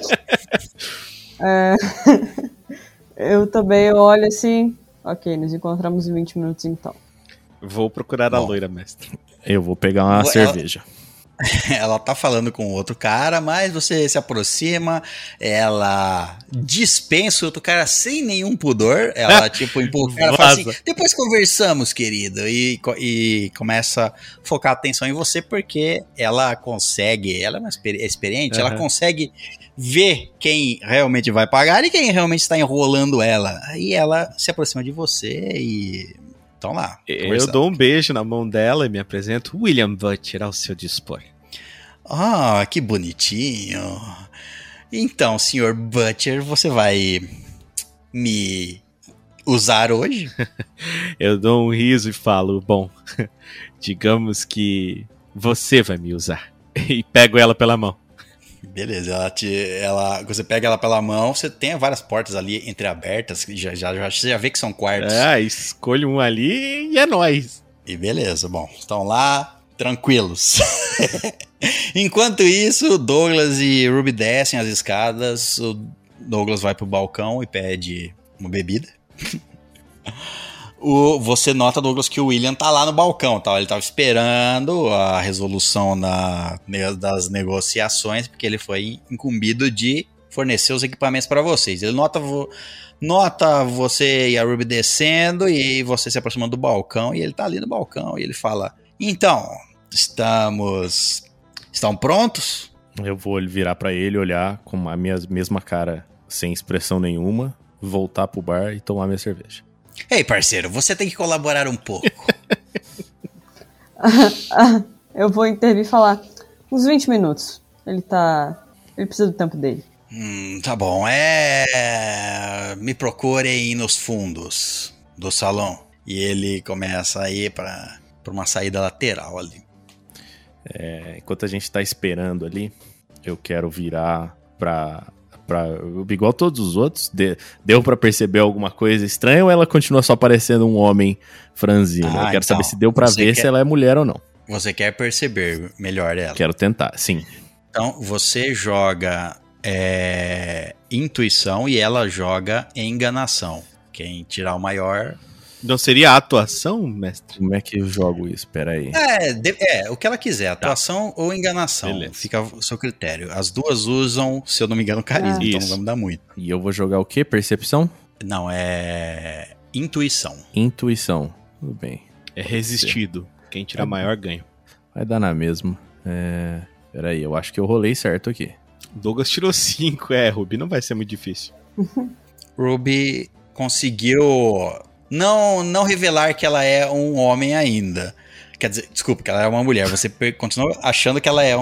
Eu também olho assim. Ok, nos encontramos em 20 minutos então. Vou procurar a loira, mestre. Eu vou pegar uma cerveja. Ela tá falando com outro cara, mas você se aproxima, ela dispensa o outro cara sem nenhum pudor, ela tipo empurra o cara e fala assim, depois conversamos, querido, e começa a focar a atenção em você, porque ela consegue, ela é uma experiente, ela consegue ver quem realmente vai pagar e quem realmente está enrolando ela, aí ela se aproxima de você e... Então lá. Eu dou um beijo na mão dela e me apresento. William Butcher ao seu dispor. Que bonitinho. Então, Sr. Butcher, você vai me usar hoje? Eu dou um riso e falo, bom, digamos que você vai me usar. E pego ela pela mão. Beleza, você pega ela pela mão, você tem várias portas ali entreabertas, você já vê que são quartos. Escolho um ali e é nóis. E beleza, bom, estão lá, tranquilos. Enquanto isso, Douglas e Ruby descem as escadas, o Douglas vai pro balcão e pede uma bebida. Você nota, Douglas, que o William tá lá no balcão, tá? Ele tava esperando a resolução das negociações, porque ele foi incumbido de fornecer os equipamentos para vocês. Ele nota você e a Ruby descendo e você se aproximando do balcão, e ele tá ali no balcão e ele fala: então, estão prontos? Eu vou virar pra ele, olhar com a minha mesma cara, sem expressão nenhuma, voltar pro bar e tomar minha cerveja. Ei, parceiro, você tem que colaborar um pouco. Eu vou intervir e falar: uns 20 minutos. Ele precisa do tempo dele. Tá bom. Me procurem nos fundos do salão. E ele começa a ir pra uma saída lateral ali. Enquanto a gente tá esperando ali, eu quero virar igual todos os outros. Deu pra perceber alguma coisa estranha ou ela continua só parecendo um homem franzino? Eu quero saber se deu pra ver se ela é mulher ou não. Você quer perceber melhor ela? Quero tentar, sim. Então você joga intuição e ela joga enganação. Quem tirar o maior... Não seria a atuação, mestre? Como é que eu jogo isso? Pera aí. O que ela quiser, atuação ou enganação. Beleza. Fica ao seu critério. As duas usam, se eu não me engano, carisma, então não vai mudar muito. E eu vou jogar o quê? Percepção? Não, é intuição. Intuição. Tudo bem. É resistido. Quem tirar maior ganha. Vai dar na mesma. Pera aí, eu acho que eu rolei certo aqui. Douglas tirou 5, Ruby, não vai ser muito difícil. Ruby conseguiu não revelar que ela é um homem ainda. Quer dizer, desculpa, que ela é uma mulher. Você continua achando que ela é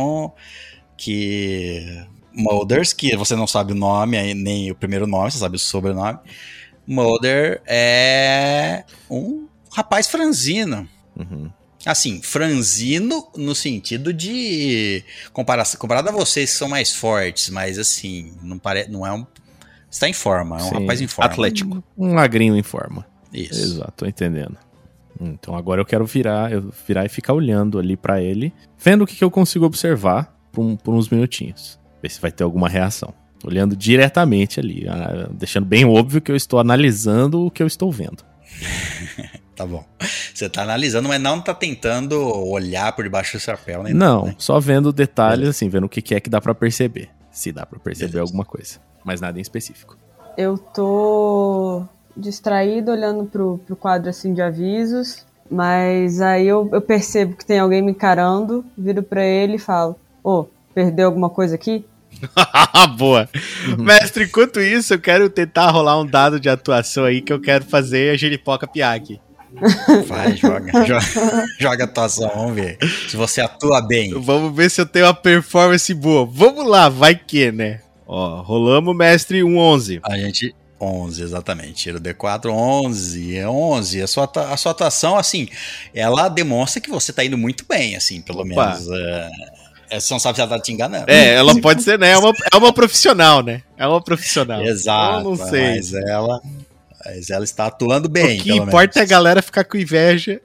Molders, que você não sabe o nome, nem o primeiro nome, você sabe o sobrenome. Mulder é um rapaz franzino. Uhum. Assim, franzino no sentido de... Comparado a vocês que são mais fortes, mas assim, não é um... Está em forma, é um rapaz em forma. Atlético. Um magrinho em forma. Isso. Exato, tô entendendo. Então agora eu quero virar e ficar olhando ali pra ele, vendo o que eu consigo observar por uns minutinhos. Ver se vai ter alguma reação. Olhando diretamente ali, deixando bem óbvio que eu estou analisando o que eu estou vendo. Tá bom. Você tá analisando, mas não tá tentando olhar por debaixo do chapéu, né? Não, né? só vendo detalhes, assim, vendo o que é que dá pra perceber. Se dá pra perceber alguma coisa. Mas nada em específico. Eu tô distraído olhando pro quadro assim de avisos, mas aí eu percebo que tem alguém me encarando, viro pra ele e falo: perdeu alguma coisa aqui? Boa. Mestre, enquanto isso, eu quero tentar rolar um dado de atuação aí que eu quero fazer a Jeripoca Piag. Vai, joga a atuação, vamos ver se você atua bem. Vamos ver se eu tenho uma performance boa. Vamos lá, vai que, né? Ó, rolamos, mestre, um 11. A gente... 11, exatamente. Tira o D4, 11. É 11. A sua atuação, assim, ela demonstra que você tá indo muito bem, assim, pelo menos. Você não sabe se ela tá te enganando. Ela pode ser, né? É uma profissional, né? É uma profissional. Exato. Eu não sei. Mas ela está atuando bem. O que importa é a galera ficar com inveja.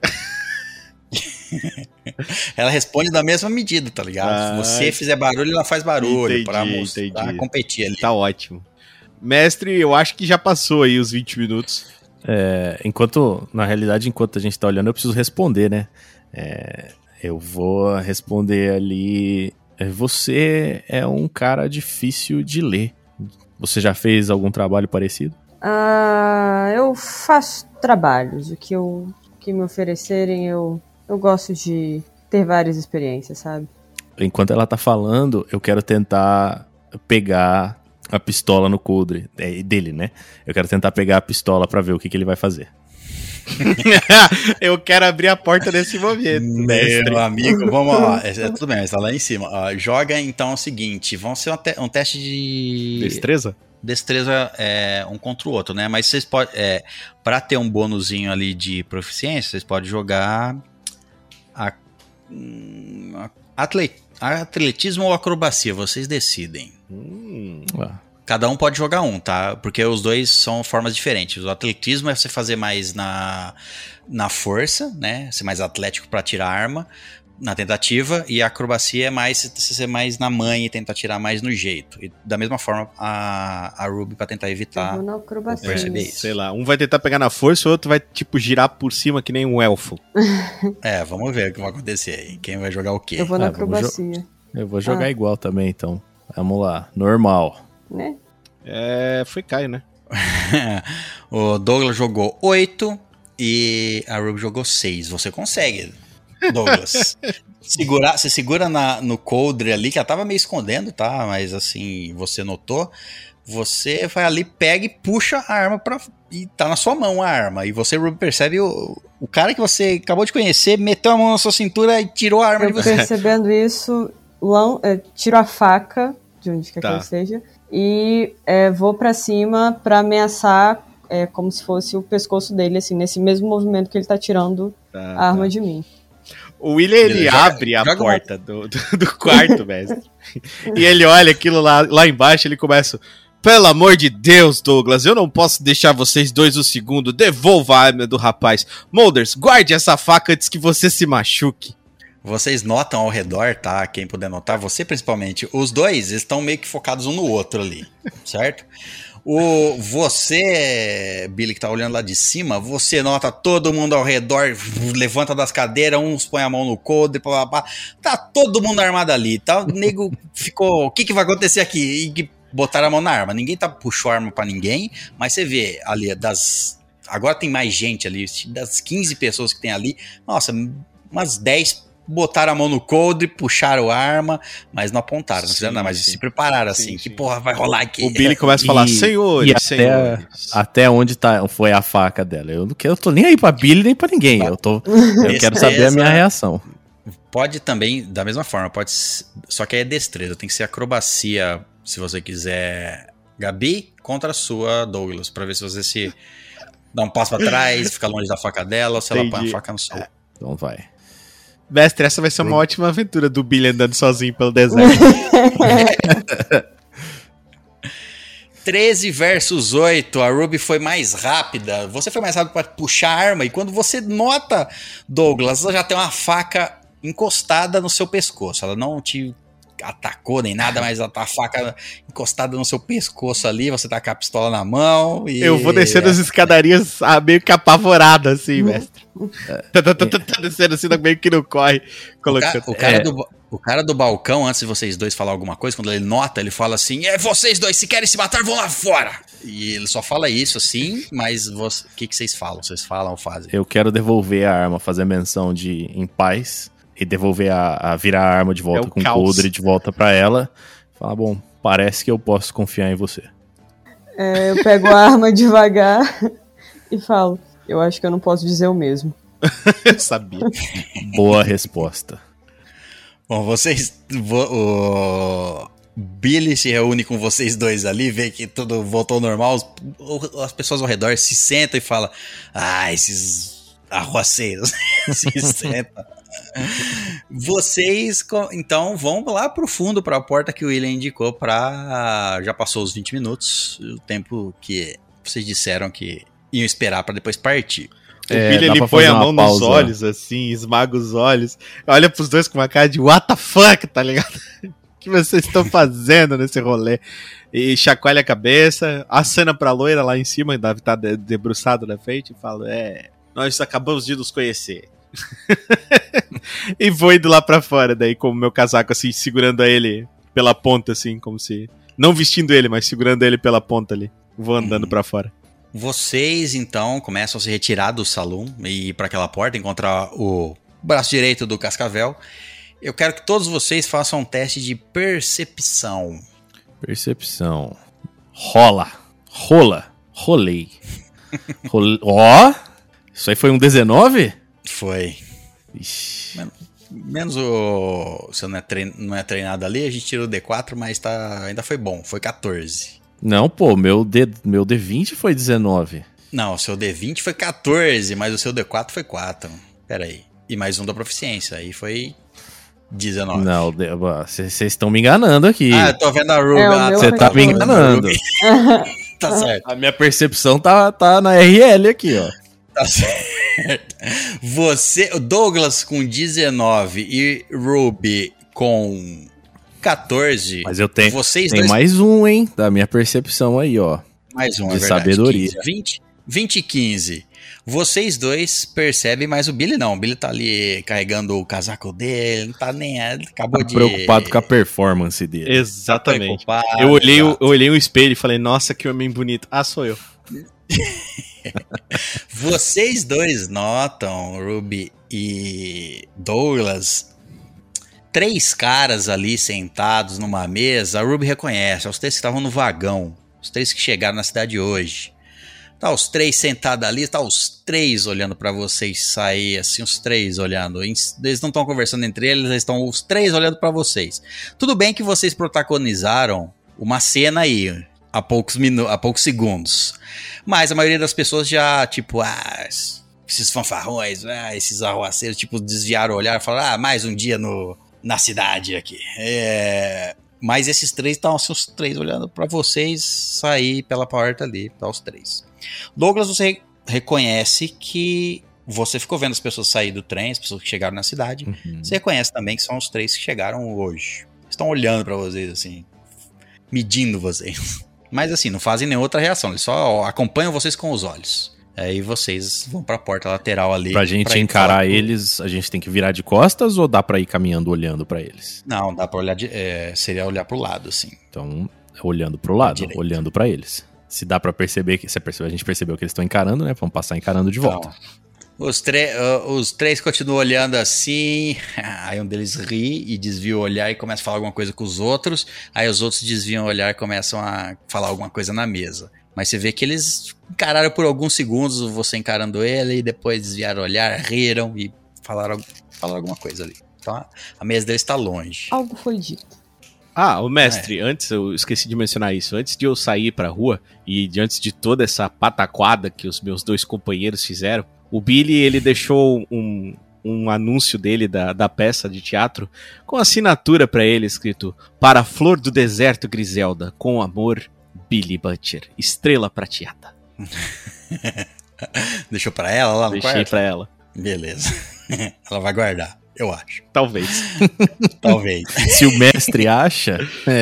Ela responde da mesma medida, tá ligado? Se você fizer barulho, ela faz barulho pra competir ali. Tá ótimo. Mestre, eu acho que já passou aí os 20 minutos. Na realidade, enquanto a gente tá olhando, eu preciso responder, né? Eu vou responder ali. Você é um cara difícil de ler. Você já fez algum trabalho parecido? Eu faço trabalhos. O que me oferecerem, eu gosto de ter várias experiências, sabe? Enquanto ela tá falando, eu quero tentar pegar a pistola no coldre dele, né? Eu quero tentar pegar a pistola pra ver o que ele vai fazer. Eu quero abrir a porta nesse momento. Meu amigo, vamos lá. Tudo bem, está lá em cima. Joga então o seguinte: vão ser um teste de... Destreza? Destreza um contra o outro, né? Mas vocês podem... pra ter um bônusinho ali de proficiência, vocês podem jogar atletismo ou acrobacia, vocês decidem. Cada um pode jogar um, tá? Porque os dois são formas diferentes. O atletismo é você fazer mais na força, né? Ser mais atlético pra tirar a arma na tentativa. E a acrobacia é mais você ser mais na manha e tentar tirar mais no jeito. E da mesma forma, a Ruby pra tentar evitar. Eu vou na acrobacia. Perceber isso. Sei lá, um vai tentar pegar na força, o outro vai, tipo, girar por cima que nem um elfo. Vamos ver o que vai acontecer aí. Quem vai jogar o quê? Eu vou na acrobacia. Eu vou jogar igual também, então. Vamos lá, normal. Né? Foi Caio, né? O Douglas jogou 8 e a Ruby jogou 6. Você consegue, Douglas. Você segura no coldre ali, que ela tava meio escondendo, tá? Mas assim, você notou. Você vai ali, pega e puxa a arma e tá na sua mão a arma. E você, Ruby, percebe o cara que você acabou de conhecer, meteu a mão na sua cintura e tirou a arma de você. Percebendo isso, tiro a faca, de onde quer que ela seja, e vou pra cima pra ameaçar, como se fosse o pescoço dele, assim, nesse mesmo movimento que ele tá tirando a arma de mim. O William, ele abre a porta do quarto, mestre. E ele olha aquilo lá embaixo, ele começa... Pelo amor de Deus, Douglas, eu não posso deixar vocês dois um segundo. Devolva a arma do rapaz. Molders, guarde essa faca antes que você se machuque. Vocês notam ao redor, tá? Quem puder notar, você principalmente. Os dois estão meio que focados um no outro ali, certo? Você, Billy, que tá olhando lá de cima, você nota todo mundo ao redor, levanta das cadeiras, uns põe a mão no coldre, blá, blá, blá. Tá todo mundo armado ali, tá? O nego ficou, o que vai acontecer aqui? E botaram a mão na arma. Ninguém puxou a arma pra ninguém, mas você vê ali, agora tem mais gente ali, das 15 pessoas que tem ali, nossa, umas 10 botaram a mão no coldre, puxaram a arma, mas não apontaram, não fizeram nada, mas se prepararam assim, que porra vai rolar aqui. O Billy começa a falar, senhores. Até onde foi a faca dela. Eu tô nem aí pra Billy, nem pra ninguém. Eu quero saber a minha reação. Pode também, da mesma forma, só que aí é destreza, tem que ser acrobacia, se você quiser, Gabi, contra a sua, Douglas, pra ver se você se dá um passo pra trás, fica longe da faca dela, ou se ela põe a faca no sol. Então vai. Mestre, essa vai ser uma ótima aventura do Billy andando sozinho pelo deserto. 13 versus 8, a Ruby foi mais rápida, você foi mais rápido pra puxar a arma, e quando você nota, Douglas, ela já tem uma faca encostada no seu pescoço, ela não te atacou nem nada, mas ela tá a faca encostada no seu pescoço ali, você tá com a pistola na mão e... Eu vou descendo as escadarias meio que apavorado assim, mestre. Tá descendo assim, meio que não corre. O cara do balcão, antes de vocês dois falar alguma coisa, quando ele nota, ele fala assim, vocês dois, se querem se matar, vão lá fora. E ele só fala isso assim, mas o que vocês falam? Vocês falam ou fazem? Eu quero devolver a arma, fazer menção de em paz e devolver virar a arma de volta com o coldre de volta pra ela. Falar, bom, parece que eu posso confiar em você. Eu pego a arma devagar e falo, eu acho que eu não posso dizer o mesmo. Eu sabia. Boa resposta. Bom, o Billy se reúne com vocês dois ali, vê que tudo voltou ao normal, as pessoas ao redor se sentam e falam, esses arruaceiros se sentam. Vocês, então, vão lá pro fundo, pra porta que o William indicou já passou os 20 minutos, o tempo que vocês disseram que iam esperar pra depois partir. O Billy, ele põe a mão nos olhos, assim, esmaga os olhos, olha pros dois com uma cara de what the fuck, tá ligado? O que vocês estão fazendo nesse rolê? E chacoalha a cabeça, acena pra loira lá em cima, deve estar debruçado na frente, e fala, nós acabamos de nos conhecer. E vou indo lá pra fora, daí com o meu casaco, assim, segurando ele pela ponta, assim, como se... Não vestindo ele, mas segurando ele pela ponta ali. Vou andando pra fora. Vocês, então, começam a se retirar do salão e ir para aquela porta, encontrar o braço direito do Cascavel. Eu quero que todos vocês façam um teste de percepção. Percepção. Rolei. Isso aí foi um 19? Foi. Ixi. Menos você não é treinado ali, a gente tirou o D4, mas ainda foi bom, foi 14. Não, pô, meu D20 foi 19. Não, o seu D20 foi 14, mas o seu D4 foi 4. Pera aí. E mais um da proficiência, aí foi 19. Não, vocês estão me enganando aqui. Eu tô vendo a Ruby. Você tá me enganando. Tá certo. A minha percepção tá na RL aqui, ó. Tá certo. Você, Douglas com 19 e Ruby com 14. Mas eu tenho, vocês tem dois... mais um, hein? Da minha percepção aí, ó. Mais um, de é verdade. sabedoria. 20 e 15. Vocês dois percebem, mas o Billy não. O Billy tá ali carregando o casaco dele, não tá nem... Acabou de... preocupado com a performance dele. Exatamente. Tá Eu olhei o espelho e falei, nossa, que homem bonito. Ah, sou eu. Vocês dois notam, Ruby e Douglas, 3 caras ali sentados numa mesa. A Ruby reconhece, os 3 que estavam no vagão, os 3 que chegaram na cidade hoje. Tá os 3 sentados ali, tá os 3 olhando pra vocês sair, assim, os 3 olhando. Eles não estão conversando entre eles estão os 3 olhando pra vocês. Tudo bem que vocês protagonizaram uma cena aí, há poucos segundos. Mas a maioria das pessoas já, tipo, esses fanfarrões, esses arruaceiros, tipo, desviaram o olhar e falaram, mais um dia na cidade aqui. Mas esses 3 estão assim, os 3 olhando pra vocês sair pela porta ali, tá os 3. Douglas, você reconhece que você ficou vendo as pessoas sair do trem, as pessoas que chegaram na cidade. Uhum. Você reconhece também que são os 3 que chegaram hoje. Estão olhando pra vocês, assim, medindo vocês. Mas assim, não fazem nenhuma outra reação, eles só acompanham vocês com os olhos. Aí vocês vão pra porta lateral ali. Pra gente encarar eles, a gente tem que virar de costas ou dá pra ir caminhando olhando pra eles? Não, dá pra olhar, seria olhar pro lado, assim. Então, olhando pro lado, Direito. olhando pra eles. Se dá pra perceber, a gente percebeu que eles estão encarando, né? Vamos passar encarando de volta. Então, os 3 continuam olhando assim, aí um deles ri e desvia o olhar e começa a falar alguma coisa com os outros, aí os outros desviam o olhar e começam a falar alguma coisa na mesa. Mas você vê que eles encararam por alguns segundos, você encarando ele, e depois desviaram o olhar, riram e falaram alguma coisa ali. Então a mesa deles está longe. Algo foi dito. O mestre, antes eu esqueci de mencionar isso. Antes de eu sair pra rua e antes de toda essa pataquada que os meus 2 companheiros fizeram, o Billy, ele deixou um anúncio dele da peça de teatro com assinatura pra ele escrito: para a flor do deserto Griselda, com amor, Billy Butcher, estrela prateada. Deixou pra ela lá no quarto? Deixei pra ela. Beleza. Ela vai guardar, eu acho. Talvez. Talvez. Se o mestre acha,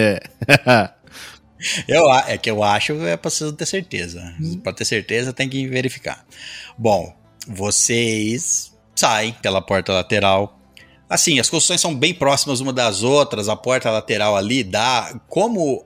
eu acho é pra vocês ter certeza. Pra ter certeza tem que verificar. Bom, vocês saem pela porta lateral. Assim, as construções são bem próximas uma das outras. A porta lateral ali dá... Como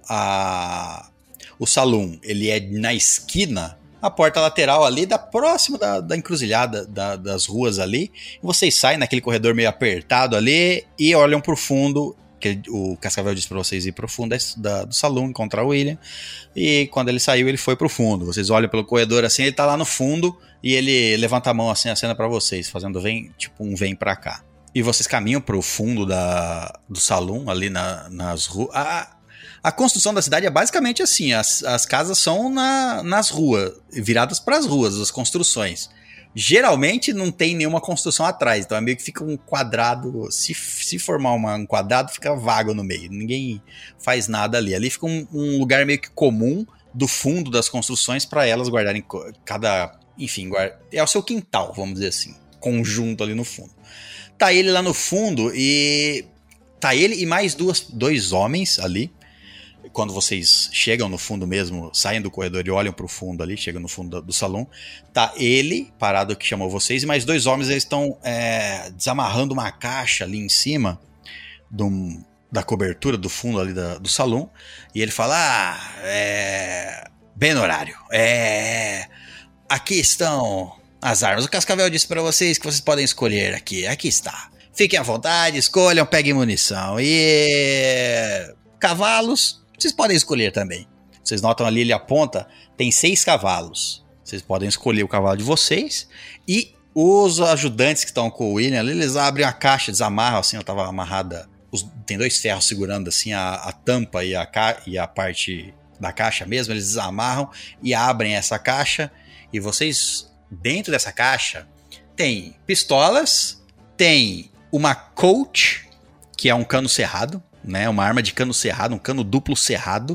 o salão ele é na esquina, a porta lateral ali dá próximo da encruzilhada das ruas ali. Vocês saem naquele corredor meio apertado ali e olham pro fundo. Que o Cascavel disse pra vocês ir pro fundo do salão, encontrar o William. E quando ele saiu, ele foi pro fundo. Vocês olham pelo corredor assim, ele tá lá no fundo e ele levanta a mão assim, acena pra vocês, fazendo um vem pra cá. E vocês caminham pro fundo do salão, ali nas ruas. A construção da cidade é basicamente assim, as casas são nas ruas, viradas pras ruas, as construções. Geralmente não tem nenhuma construção atrás, então é meio que fica um quadrado, se formar um quadrado, fica vago no meio, ninguém faz nada ali. Ali fica um lugar meio que comum do fundo das construções para elas guardarem é o seu quintal, vamos dizer assim, conjunto ali no fundo. Tá ele lá no fundo e tá ele e mais 2 homens ali. Quando vocês chegam no fundo mesmo, saem do corredor e olham pro fundo ali, chegam no fundo do salão, tá ele parado que chamou vocês, e mais 2 homens, eles estão desamarrando uma caixa ali em cima da cobertura do fundo ali do salão, e ele fala, bem no horário, aqui estão as armas, o Cascavel disse pra vocês que vocês podem escolher aqui está, fiquem à vontade, escolham, peguem munição, e cavalos... Vocês podem escolher também. Vocês notam ali, ele aponta, tem 6 cavalos. Vocês podem escolher o cavalo de vocês. E os ajudantes que estão com o William, eles abrem a caixa, desamarram, assim, ela estava amarrada. Tem 2 ferros segurando assim a tampa e a parte da caixa mesmo. Eles desamarram e abrem essa caixa. E vocês, dentro dessa caixa, tem pistolas, tem uma Colt, que é um cano cerrado, né? Uma arma de cano cerrado, um cano duplo cerrado,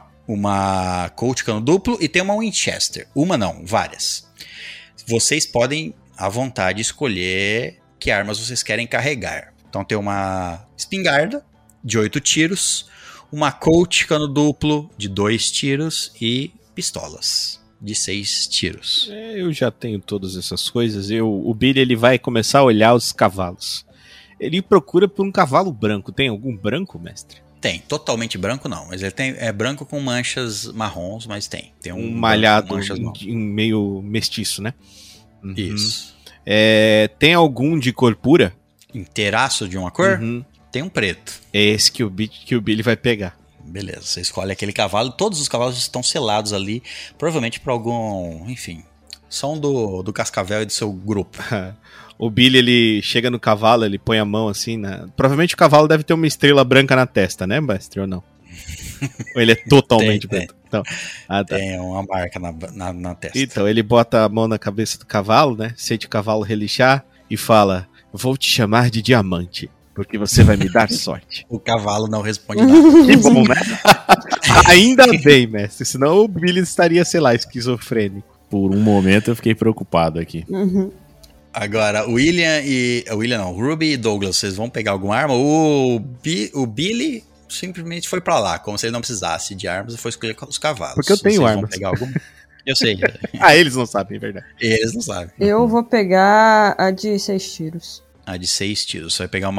uma Colt cano duplo e tem uma Winchester. Uma não, várias. Vocês podem, à vontade, escolher que armas vocês querem carregar. Então tem uma espingarda de 8 tiros, uma Colt cano duplo de 2 tiros e pistolas de 6 tiros. Eu já tenho todas essas coisas. O Billy ele vai começar a olhar os cavalos. Ele procura por um cavalo branco. Tem algum branco, mestre? Tem, totalmente branco não, mas ele é branco com manchas marrons, mas tem. Tem um malhado meio mestiço, né? Uhum. Isso. Tem algum de cor pura? Inteiraço de uma cor? Uhum. Tem um preto. É esse que o Billy vai pegar. Beleza, você escolhe aquele cavalo. Todos os cavalos estão selados ali. Provavelmente por algum, enfim, são do Cascavel e do seu grupo. O Billy, ele chega no cavalo, ele põe a mão assim provavelmente o cavalo deve ter uma estrela branca na testa, né, mestre, ou não? Ou ele é totalmente branco? Então, tá. Tem uma marca na testa. Então, ele bota a mão na cabeça do cavalo, né? Sente o cavalo relixar e fala: vou te chamar de Diamante, porque você vai me dar sorte. O cavalo não responde nada. Que bom, né? Ainda bem, mestre, senão o Billy estaria, sei lá, esquizofrênico. Por um momento eu fiquei preocupado aqui. Uhum. Agora, o Ruby e Douglas, vocês vão pegar alguma arma? O Billy simplesmente foi pra lá, como se ele não precisasse de armas e foi escolher os cavalos. Porque eu tenho armas. Vão pegar alguma? Eu sei. Eles não sabem, é verdade. Eles não sabem. Eu vou pegar a de 6 tiros. A de 6 tiros. Você vai pegar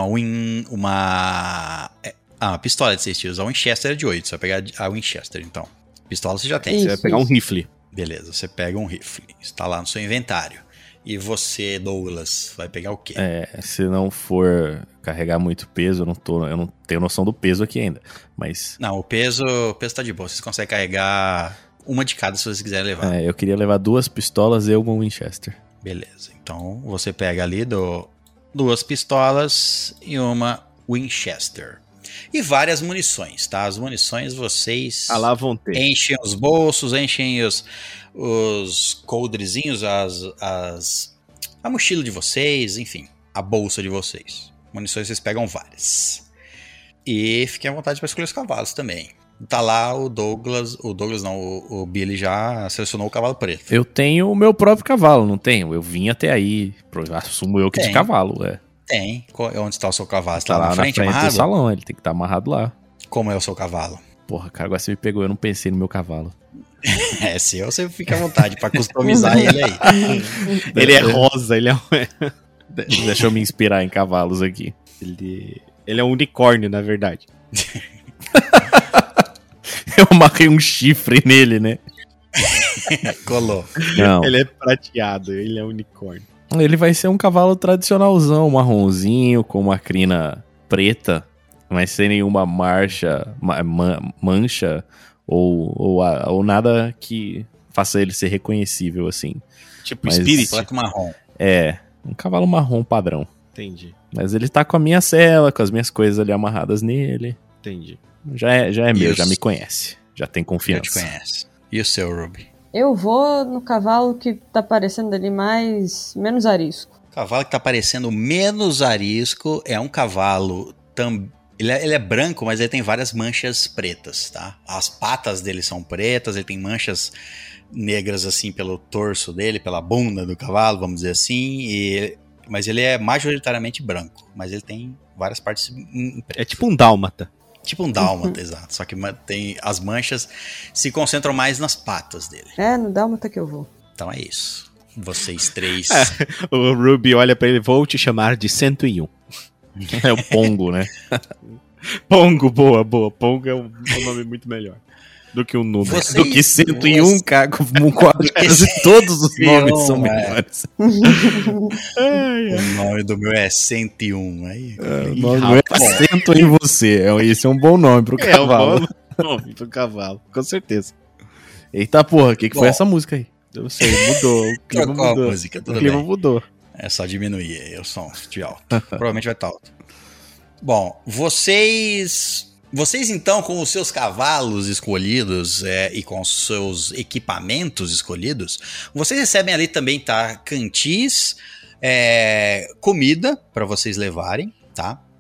uma pistola de 6 tiros. A Winchester é de 8. Você vai pegar a Winchester, então. Pistola você já tem. Isso, você vai pegar um rifle. Beleza, você pega um rifle. Está lá no seu inventário. E você, Douglas, vai pegar o quê? Se não for carregar muito peso, eu não tenho noção do peso aqui ainda. Mas. Não, o peso tá de boa. Vocês conseguem carregar uma de cada se vocês quiserem levar. Eu queria levar 2 pistolas e uma Winchester. Beleza, então você pega ali 2 pistolas e uma Winchester. E várias munições, tá? As munições vocês lá vão ter. Enchem os bolsos, enchem os coldrezinhos, a mochila de vocês, enfim, a bolsa de vocês. Munições vocês pegam várias. E fiquem à vontade para escolher os cavalos também. Tá lá o Billy já selecionou o cavalo preto. Eu tenho o meu próprio cavalo, não tenho? Eu vim até aí, assumo eu que de cavalo, Tem. Onde está o seu cavalo? Você tá lá na frente amarrado? Do salão, ele tem que estar amarrado lá. Como é o seu cavalo? Porra, cara, agora você me pegou, eu não pensei no meu cavalo. Se você fica à vontade pra customizar ele aí. Ele é rosa, ele é... Deixa eu me inspirar em cavalos aqui. Ele é um unicórnio, na verdade. Eu amarrei um chifre nele, né? Colou. Não. Ele é prateado, ele é unicórnio. Ele vai ser um cavalo tradicionalzão, marronzinho, com uma crina preta, mas sem nenhuma mancha ou nada que faça ele ser reconhecível, assim. Tipo Spirit? Completo marrom. Um cavalo marrom padrão. Entendi. Mas ele tá com a minha sela, com as minhas coisas ali amarradas nele. Entendi. Já é meu, já me conhece. Já tem confiança. Já te conhece. E o seu, Ruby? Eu vou no cavalo que tá parecendo ali menos arisco. O cavalo que tá parecendo menos arisco é um cavalo... Ele é branco, mas ele tem várias manchas pretas, tá? As patas dele são pretas, ele tem manchas negras assim pelo torso dele, pela bunda do cavalo, vamos dizer assim. Mas ele é majoritariamente branco, mas ele tem várias partes em preto. É tipo um dálmata. Tipo um dálmata, exato. Só que tem as manchas se concentram mais nas patas dele. No dálmata que eu vou. Então é isso. Vocês três. O Ruby olha pra ele, vou te chamar de 101. É o Pongo, né? Pongo, boa. Pongo é um nome muito melhor do que um número. Do que 101, cara. Quase todos os nomes são melhores. O nome do meu é 101. Aí, o nome é 100 em você. Esse é um bom nome pro cavalo. É um bom nome pro cavalo, com certeza. Eita porra, o que foi essa música aí? Eu sei, mudou. O clima Trocou mudou. A música, tudo o clima bem. mudou. É só diminuir aí o som de alto. Provavelmente vai estar alto. Bom, vocês então, com os seus cavalos escolhidos e com os seus equipamentos escolhidos, vocês recebem ali também, tá? Cantis, comida para vocês levarem, tá?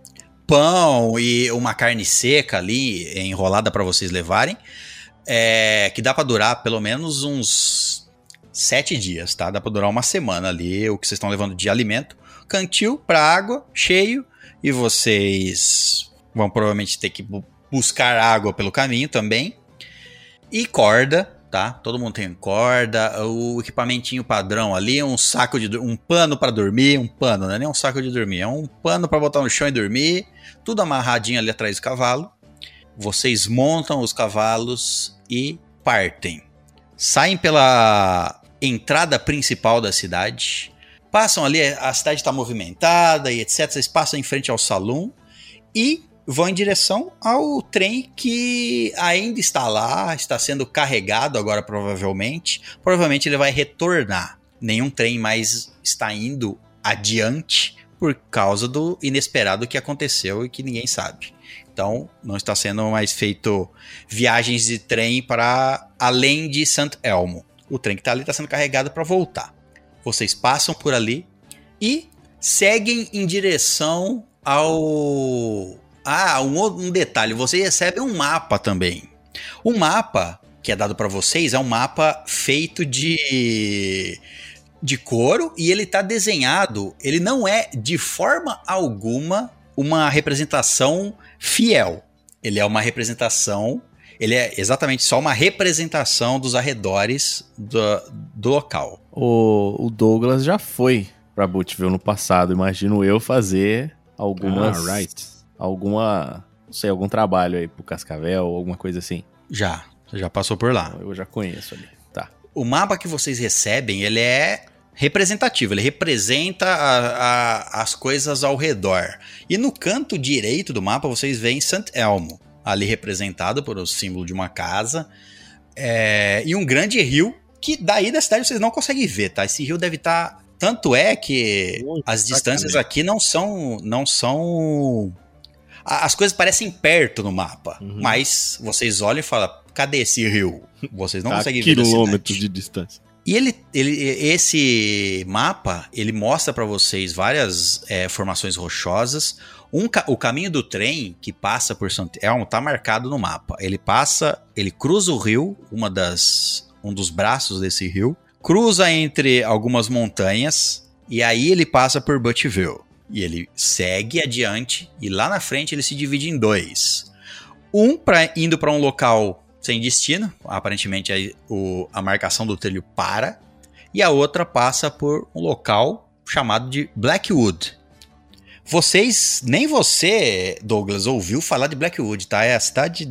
pão e uma carne seca ali, enrolada para vocês levarem, que dá para durar pelo menos uns 7 dias, tá? Dá para durar uma semana ali, o que vocês estão levando de alimento. Cantil para água, cheio, e vocês vão provavelmente ter que buscar água pelo caminho também. E corda, tá? Todo mundo tem corda, o equipamentinho padrão ali, um pano para dormir, um pano, não é nem um saco de dormir, é um pano para botar no chão e dormir, tudo amarradinho ali atrás do cavalo. Vocês montam os cavalos e partem. Saem pela entrada principal da cidade, passam ali, a cidade está movimentada e etc. Vocês passam em frente ao salão e vão em direção ao trem que ainda está lá, está sendo carregado agora provavelmente. Provavelmente ele vai retornar. Nenhum trem mais está indo adiante por causa do inesperado que aconteceu e que ninguém sabe. Então não está sendo mais feito viagens de trem para além de St. Elmo. O trem que está ali está sendo carregado para voltar. Vocês passam por ali e seguem em direção ao... um detalhe, você recebe um mapa também. O mapa que é dado para vocês é um mapa feito de couro e ele está desenhado, ele não é de forma alguma uma representação fiel. Ele é uma representação, ele é exatamente só uma representação dos arredores do local. O Douglas já foi pra Bootville no passado, imagino eu fazer algumas... algum trabalho aí pro Cascavel, alguma coisa assim. Já passou por lá. Eu já conheço ali, tá. O mapa que vocês recebem, ele é representativo, ele representa as coisas ao redor. E no canto direito do mapa, vocês veem St. Elmo, ali representado por o símbolo de uma casa, e um grande rio, que daí da cidade vocês não conseguem ver, tá? Esse rio deve estar... Tanto é que as distâncias aqui não são... As coisas parecem perto no mapa, mas vocês olham e falam, cadê esse rio? Vocês não conseguem ver da cidade. Quilômetros de distância. E esse mapa, ele mostra para vocês várias formações rochosas. O caminho do trem que passa por St. Elmo tá marcado no mapa. Ele cruza o rio, um dos braços desse rio, cruza entre algumas montanhas e aí ele passa por Bootville. E ele segue adiante e lá na frente ele se divide em dois. Indo para um local sem destino, aparentemente a marcação do trilho para, e a outra passa por um local chamado de Blackwood. Nem você, Douglas, ouviu falar de Blackwood, tá? A cidade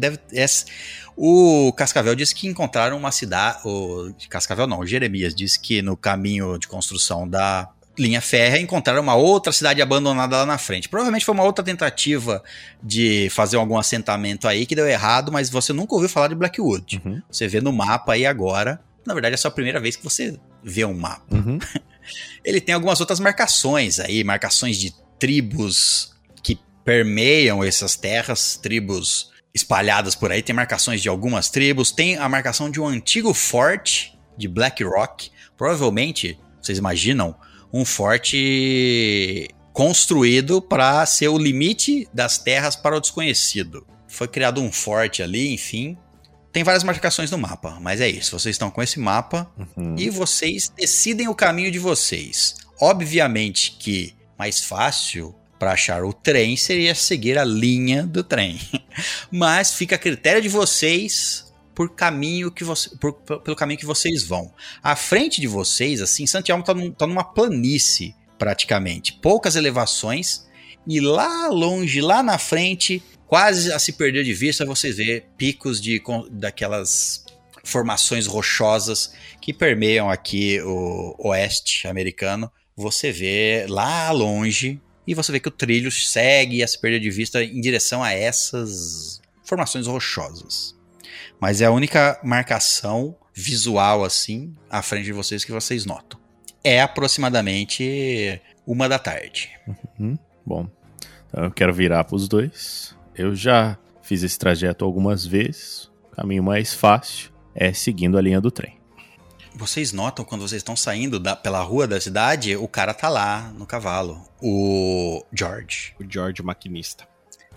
o Cascavel disse que encontraram uma cidade... Cascavel não, o Jeremias disse que no caminho de construção da linha férrea encontraram uma outra cidade abandonada lá na frente. Provavelmente foi uma outra tentativa de fazer algum assentamento aí que deu errado, mas você nunca ouviu falar de Blackwood. Você vê no mapa aí agora. Na verdade, é só a primeira vez que você vê um mapa. Ele tem algumas outras marcações aí, marcações de tribos que permeiam essas terras, tribos espalhadas por aí. Tem marcações de algumas tribos. Tem a marcação de um antigo forte de Black Rock. Provavelmente, vocês imaginam, um forte construído para ser o limite das terras para o desconhecido. Foi criado um forte ali, enfim. Tem várias marcações no mapa, mas é isso. Vocês estão com esse mapa e vocês decidem o caminho de vocês. Obviamente que mais fácil para achar o trem seria seguir a linha do trem. Mas fica a critério de vocês... pelo caminho que vocês vão. À frente de vocês, assim, Santiago tá numa planície, praticamente. Poucas elevações. E lá longe, lá na frente, quase a se perder de vista, vocês vê picos daquelas formações rochosas que permeiam aqui o oeste americano. Você vê lá longe e você vê que o trilho segue a se perder de vista em direção a essas formações rochosas. Mas é a única marcação visual, assim, à frente de vocês que vocês notam. É aproximadamente 1h. Bom, então eu quero virar para os dois. Eu já fiz esse trajeto algumas vezes. O caminho mais fácil é seguindo a linha do trem. Vocês notam quando vocês estão saindo pela rua da cidade, o cara tá lá no cavalo. O George. O George, o maquinista.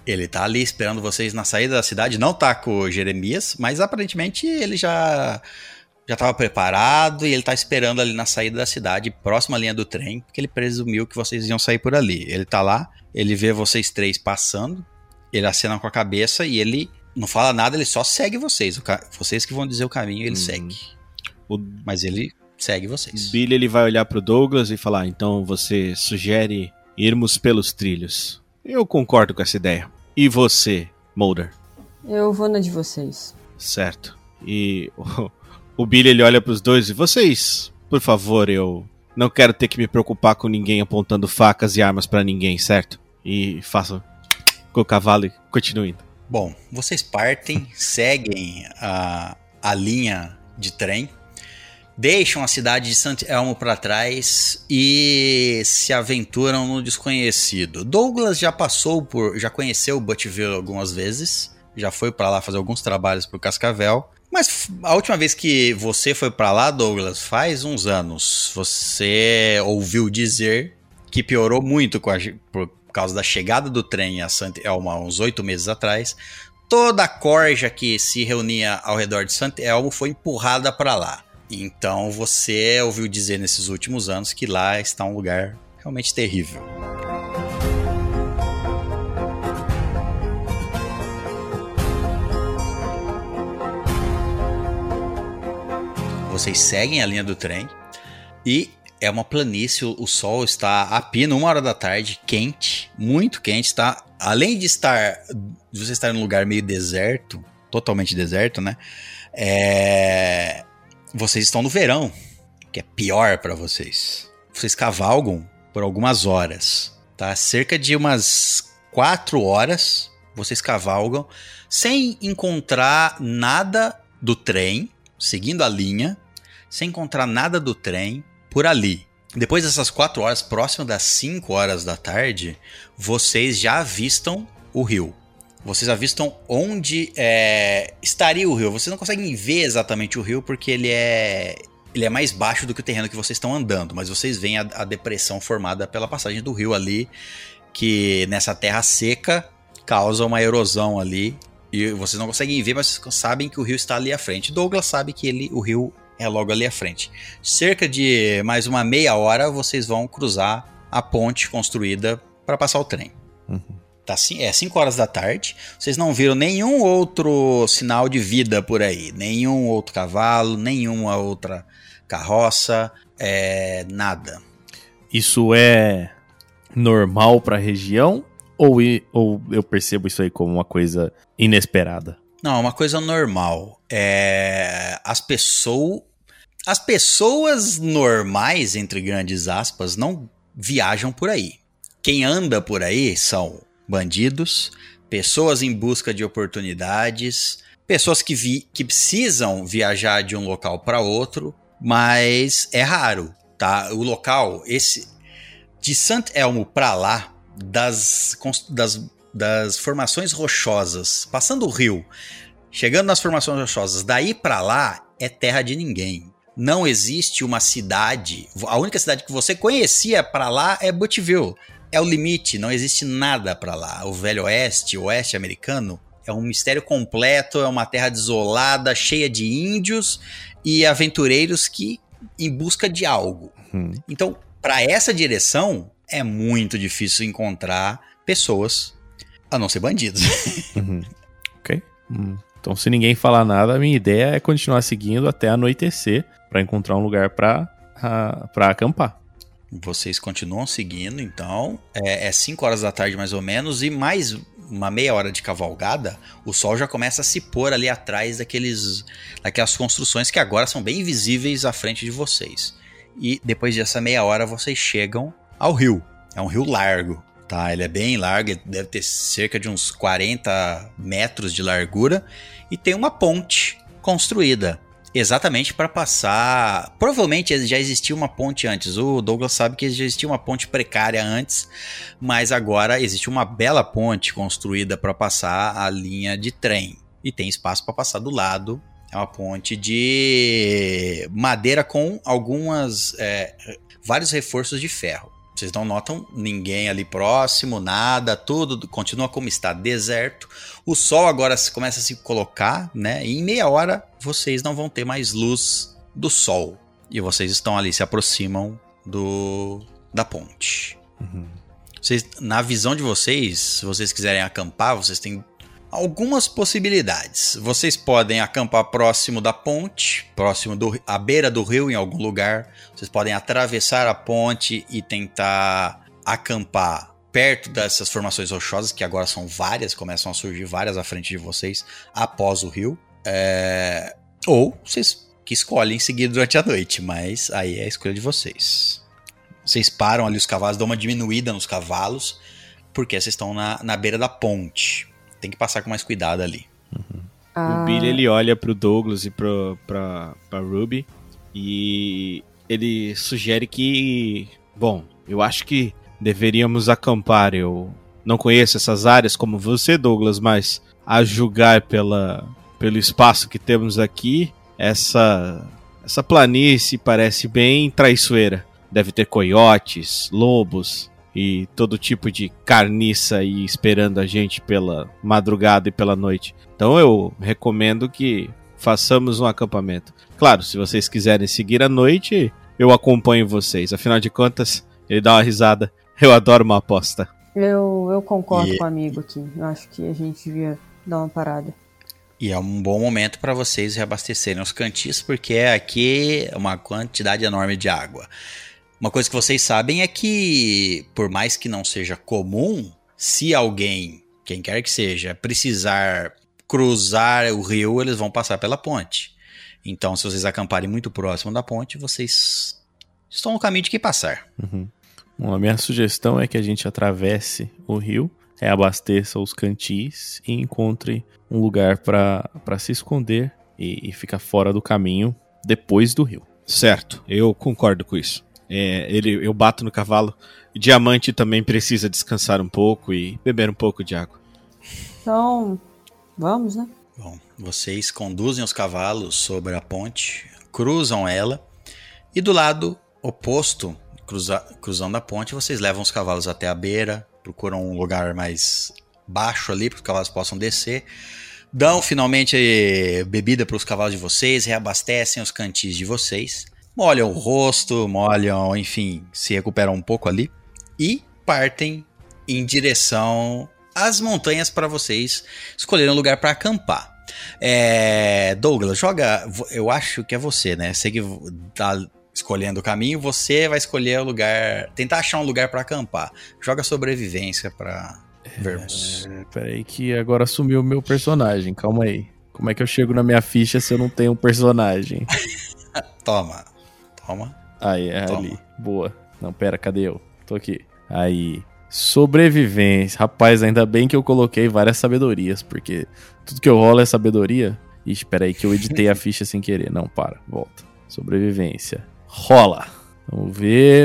Ele tá ali esperando vocês na saída da cidade, não tá com o Jeremias, mas aparentemente ele já estava preparado e ele tá esperando ali na saída da cidade, próxima à linha do trem, porque ele presumiu que vocês iam sair por ali. Ele tá lá, ele vê vocês três passando, ele acena com a cabeça e ele não fala nada, ele só segue vocês. Vocês que vão dizer o caminho, ele segue. Mas ele segue vocês. Billy ele vai olhar pro Douglas e falar, então você sugere irmos pelos trilhos. Eu concordo com essa ideia. E você, Mulder? Eu vou na de vocês. Certo. E o Billy ele olha pros dois e vocês, por favor, eu não quero ter que me preocupar com ninguém apontando facas e armas pra ninguém, certo? E façam com o cavalo e continuem indo. Bom, vocês partem, seguem a linha de trem, deixam a cidade de St. Elmo para trás e se aventuram no desconhecido. Douglas já conheceu Buttville algumas vezes, já foi para lá fazer alguns trabalhos pro Cascavel, mas a última vez que você foi para lá, Douglas, faz uns anos. Você ouviu dizer que piorou muito por causa da chegada do trem a St. Elmo há uns 8 meses atrás. Toda a corja que se reunia ao redor de St. Elmo foi empurrada para lá. Então você ouviu dizer nesses últimos anos que lá está um lugar realmente terrível. Vocês seguem a linha do trem e é uma planície, o sol está a pino, 1 hora da tarde, quente, muito quente, tá? Além de você estar em um lugar meio deserto, totalmente deserto, né? Vocês estão no verão, que é pior para vocês. Vocês cavalgam por algumas horas, tá? Cerca de umas 4 horas vocês cavalgam sem encontrar nada do trem, seguindo a linha, sem encontrar nada do trem por ali. Depois dessas 4 horas, próximo das 5 horas da tarde, vocês já avistam o rio. Vocês avistam onde estaria o rio. Vocês não conseguem ver exatamente o rio porque ele é mais baixo do que o terreno que vocês estão andando. Mas vocês veem a depressão formada pela passagem do rio ali, que nessa terra seca causa uma erosão ali. E vocês não conseguem ver, mas vocês sabem que o rio está ali à frente. Douglas sabe que o rio é logo ali à frente. Cerca de mais uma meia hora, vocês vão cruzar a ponte construída para passar o trem. Tá, 5 horas da tarde. Vocês não viram nenhum outro sinal de vida por aí. Nenhum outro cavalo, nenhuma outra carroça, nada. Isso é normal para a região? Ou eu percebo isso aí como uma coisa inesperada? Não, é uma coisa normal. As pessoas normais, entre grandes aspas, não viajam por aí. Quem anda por aí são bandidos, pessoas em busca de oportunidades, pessoas que precisam viajar de um local para outro, mas é raro, tá? O local, de St. Elmo para lá, das formações rochosas, passando o rio, chegando nas formações rochosas, daí para lá é terra de ninguém. Não existe uma cidade, a única cidade que você conhecia para lá é Buttville. É o limite, não existe nada para lá. O Velho Oeste, o Oeste americano, é um mistério completo, é uma terra desolada, cheia de índios e aventureiros em busca de algo. Então, para essa direção, é muito difícil encontrar pessoas, a não ser bandidos. Ok. Então, se ninguém falar nada, a minha ideia é continuar seguindo até anoitecer para encontrar um lugar para acampar. Vocês continuam seguindo, então, 5 horas da tarde mais ou menos, e mais uma meia hora de cavalgada, o sol já começa a se pôr ali atrás daquelas construções que agora são bem visíveis à frente de vocês. E depois dessa meia hora vocês chegam ao rio. É um rio largo, tá? Ele é bem largo, ele deve ter cerca de uns 40 metros de largura e tem uma ponte construída. Exatamente para passar. Provavelmente já existia uma ponte antes. O Douglas sabe que já existia uma ponte precária antes, mas agora existe uma bela ponte construída para passar a linha de trem. E tem espaço para passar do lado. É uma ponte de madeira com vários reforços de ferro. Vocês não notam ninguém ali próximo, nada, tudo continua como está, deserto. O sol agora começa a se colocar, né? E em meia hora vocês não vão ter mais luz do sol. E vocês estão ali, se aproximam da ponte. Vocês, na visão de vocês, se vocês quiserem acampar, vocês têm algumas possibilidades. Vocês podem acampar próximo da ponte, próximo à beira do rio em algum lugar. Vocês podem atravessar a ponte e tentar acampar perto dessas formações rochosas, que agora são várias, começam a surgir várias à frente de vocês após o rio. Ou vocês que escolhem seguir durante a noite, mas aí é a escolha de vocês. Vocês param ali os cavalos, dão uma diminuída nos cavalos, porque vocês estão na beira da ponte. Tem que passar com mais cuidado ali. O Billy, ele olha pro Douglas e pra Ruby e ele sugere que, bom, eu acho que deveríamos acampar. Eu não conheço essas áreas como você, Douglas, mas a julgar pelo espaço que temos aqui, essa planície parece bem traiçoeira. Deve ter coiotes, lobos e todo tipo de carniça aí esperando a gente pela madrugada e pela noite. Então eu recomendo que façamos um acampamento. Claro, se vocês quiserem seguir à noite, eu acompanho vocês. Afinal de contas, ele dá uma risada. Eu adoro uma aposta. Eu concordo com o amigo aqui. Eu acho que a gente devia dar uma parada. E é um bom momento para vocês reabastecerem os cantis, porque aqui é uma quantidade enorme de água. Uma coisa que vocês sabem é que, por mais que não seja comum, se alguém, quem quer que seja, precisar cruzar o rio, eles vão passar pela ponte. Então, se vocês acamparem muito próximo da ponte, vocês estão no caminho de que passar. Bom, a minha sugestão é que a gente atravesse o rio, reabasteça os cantis e encontre um lugar para se esconder e ficar fora do caminho depois do rio. Certo, eu concordo com isso. Eu bato no cavalo. O Diamante também precisa descansar um pouco e beber um pouco de água. Então, vamos, né? Bom, vocês conduzem os cavalos sobre a ponte, cruzam ela e do lado oposto, cruzando a ponte, vocês levam os cavalos até a beira, procuram um lugar mais baixo ali para que os cavalos possam descer, dão finalmente bebida para os cavalos de vocês, reabastecem os cantis de vocês. Molham o rosto, enfim, se recuperam um pouco ali e partem em direção às montanhas para vocês escolherem um lugar para acampar. Douglas, joga, eu acho que é você, né? Você que tá escolhendo o caminho, você vai escolher o lugar, tentar achar um lugar para acampar. Joga sobrevivência para vermos. Peraí que agora sumiu o meu personagem, calma aí. Como é que eu chego na minha ficha se eu não tenho um personagem? Toma. Aí, ali. Boa. Não, pera, cadê eu? Tô aqui. Aí. Sobrevivência. Rapaz, ainda bem que eu coloquei várias sabedorias, porque tudo que eu rolo é sabedoria. Ixi, peraí que eu editei a ficha sem querer. Não, volta. Sobrevivência. Rola. Vamos ver.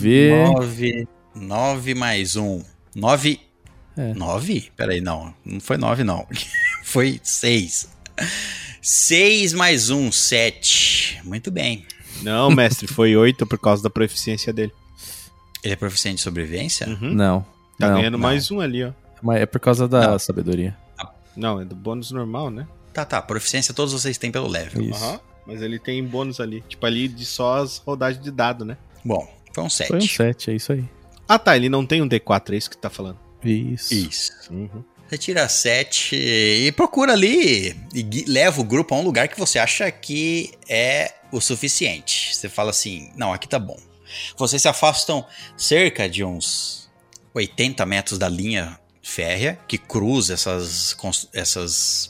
9 mais 1. 9. 9? Peraí, não foi 9 não. Foi 6. 6 mais 1, 7. Muito bem. Não, mestre, foi 8 por causa da proficiência dele. Ele é proficiente de sobrevivência? Não. Tá ganhando mais um ali, ó. Mas é por causa da sabedoria. Não, é do bônus normal, né? Tá. Proficiência todos vocês têm pelo level. Isso. Mas ele tem bônus ali. Tipo, ali de só as rodagens de dado, né? Bom, foi um 7. Foi um 7, é isso aí. Ah, tá. Ele não tem um D4, é isso que tá falando. Isso. Você tira 7 e procura ali e leva o grupo a um lugar que você acha que é o suficiente. Você fala assim, não, aqui tá bom. Vocês se afastam cerca de uns 80 metros da linha férrea que cruza essas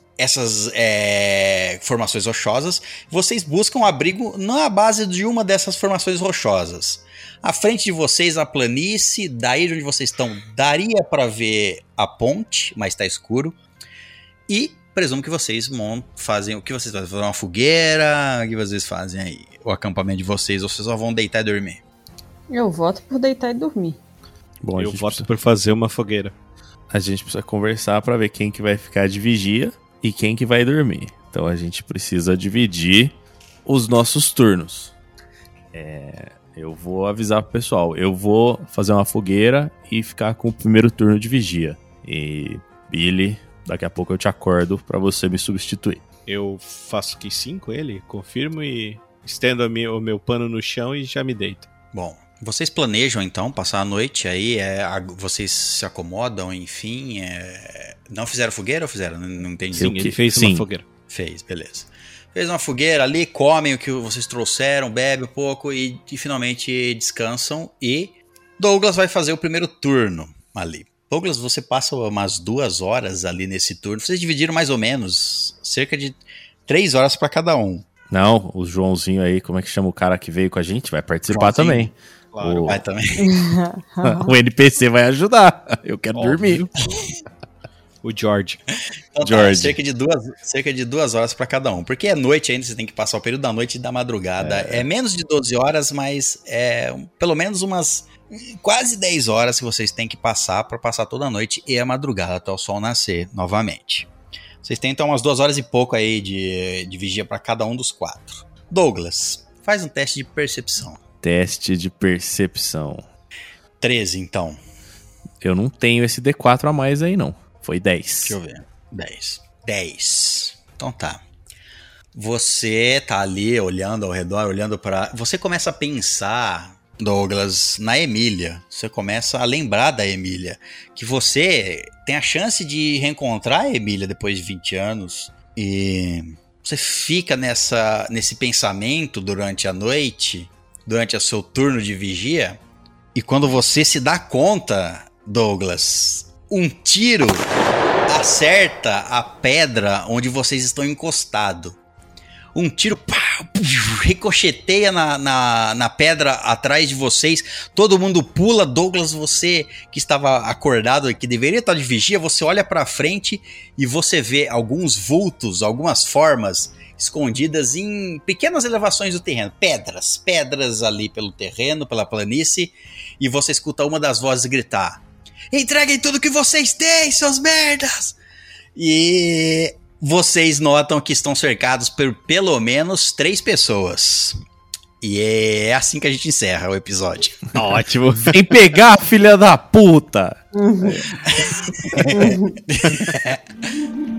formações rochosas. Vocês buscam abrigo na base de uma dessas formações rochosas. À frente de vocês, a planície, daí de onde vocês estão, daria para ver a ponte, mas está escuro. E presumo que vocês fazem o que vocês fazem? Fazer uma fogueira? O que vocês fazem aí? O acampamento de vocês, ou vocês só vão deitar e dormir? Eu voto por deitar e dormir. Bom, eu voto por fazer uma fogueira. A gente precisa conversar para ver quem que vai ficar de vigia e quem que vai dormir. Então a gente precisa dividir os nossos turnos. Eu vou avisar pro pessoal. Eu vou fazer uma fogueira e ficar com o primeiro turno de vigia. E, Billy, daqui a pouco eu te acordo pra você me substituir. Eu faço que sim com ele, confirmo e estendo o meu pano no chão e já me deito. Bom, vocês planejam então passar a noite aí, vocês se acomodam, enfim, não fizeram fogueira ou fizeram? Não entendi. Sim, ele fez uma fogueira. Fez, beleza. Fez uma fogueira ali, comem o que vocês trouxeram, bebem um pouco e finalmente descansam. E Douglas vai fazer o primeiro turno ali. Douglas, você passa umas 2 horas ali nesse turno. Vocês dividiram mais ou menos cerca de 3 horas para cada um. Não, o Joãozinho aí, como é que chama o cara que veio com a gente? Vai participar também. Claro. Vai também. O NPC vai ajudar. Eu quero dormir. O George. Então, George. Cerca de 2 horas para cada um. Porque é noite ainda, você tem que passar o período da noite e da madrugada. É menos de 12 horas, mas é pelo menos umas quase 10 horas que vocês têm que passar para passar toda a noite e a madrugada até o sol nascer novamente. Vocês têm então umas 2 horas e pouco aí de vigia para cada um dos 4. Douglas, faz um teste de percepção. Teste de percepção. 13, então. Eu não tenho esse D4 a mais aí, não. Foi 10. Deixa eu ver. 10. Então tá. Você tá ali olhando ao redor, olhando pra... Você começa a pensar, Douglas, na Emília. Você começa a lembrar da Emília. Que você tem a chance de reencontrar a Emília depois de 20 anos. E você fica nesse pensamento durante a noite, durante o seu turno de vigia. E quando você se dá conta, Douglas, um tiro acerta a pedra onde vocês estão encostados. Um tiro ricocheteia na pedra atrás de vocês. Todo mundo pula. Douglas, você que estava acordado e que deveria estar de vigia, você olha para frente e você vê alguns vultos, algumas formas escondidas em pequenas elevações do terreno. Pedras ali pelo terreno, pela planície. E você escuta uma das vozes gritar: entreguem tudo que vocês têm, seus merdas! E vocês notam que estão cercados por pelo menos 3 pessoas. E é assim que a gente encerra o episódio. Ótimo. Vem pegar, filha da puta!